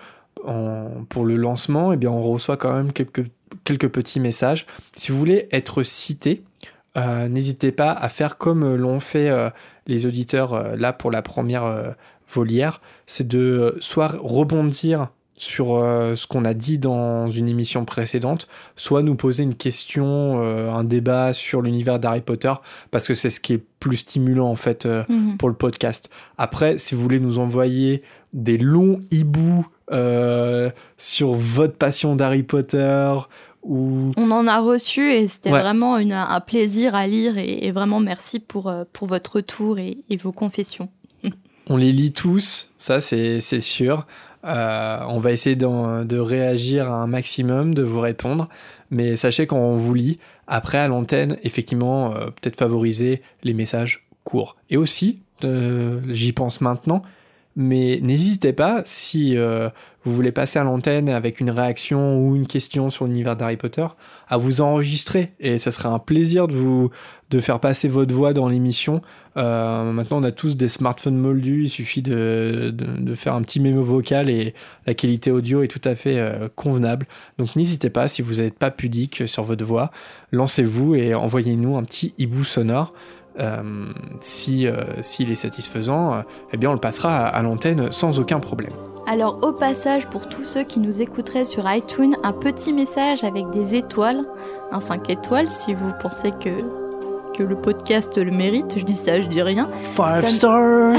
en- pour le lancement, eh bien, on reçoit quand même quelques, quelques petits messages. Si vous voulez être cité, euh, n'hésitez pas à faire comme l'ont fait euh, les auditeurs euh, là pour la première euh, volière, c'est de euh, soit rebondir sur euh, ce qu'on a dit dans une émission précédente, soit nous poser une question, euh, un débat sur l'univers d'Harry Potter, parce que c'est ce qui est plus stimulant en fait euh, Mhm. pour le podcast. Après, si vous voulez nous envoyer des longs hiboux euh, sur votre passion d'Harry Potter, ou... On en a reçu et c'était Ouais. vraiment une- un plaisir à lire et, et vraiment merci pour, euh, pour votre retour et, et vos confessions. On les lit tous, ça c'est, c'est sûr. Euh, on va essayer d'en- de réagir à un maximum, de vous répondre. Mais sachez qu'on vous lit. Après, à l'antenne, effectivement, euh, peut-être favoriser les messages courts. Et aussi, euh, j'y pense maintenant, mais n'hésitez pas, si euh, vous voulez passer à l'antenne avec une réaction ou une question sur l'univers d'Harry Potter, à vous enregistrer. Et ça serait un plaisir de vous de faire passer votre voix dans l'émission. Euh, maintenant, on a tous des smartphones moldus, il suffit de, de, de faire un petit mémo vocal et la qualité audio est tout à fait euh, convenable. Donc n'hésitez pas, si vous n'êtes pas pudique sur votre voix, lancez-vous et envoyez-nous un petit hibou sonore. Euh, si, euh, s'il est satisfaisant, euh, eh bien on le passera à, à l'antenne sans aucun problème. Alors au passage, pour tous ceux qui nous écouteraient sur iTunes, un petit message avec des étoiles, un cinq étoiles si vous pensez que, que le podcast le mérite, je dis ça, je dis rien. Five Ça- stars.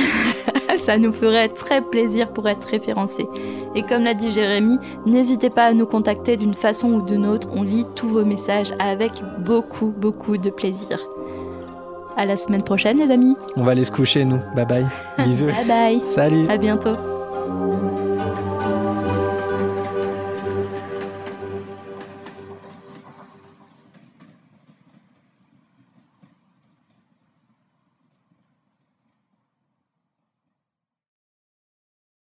Ça nous ferait très plaisir pour être référencés. Et comme l'a dit Jérémy, n'hésitez pas à nous contacter d'une façon ou d'une autre, on lit tous vos messages avec beaucoup, beaucoup de plaisir. À la semaine prochaine les amis. On va aller se coucher nous. Bye bye. Bisous. Bye bye. Salut. À bientôt.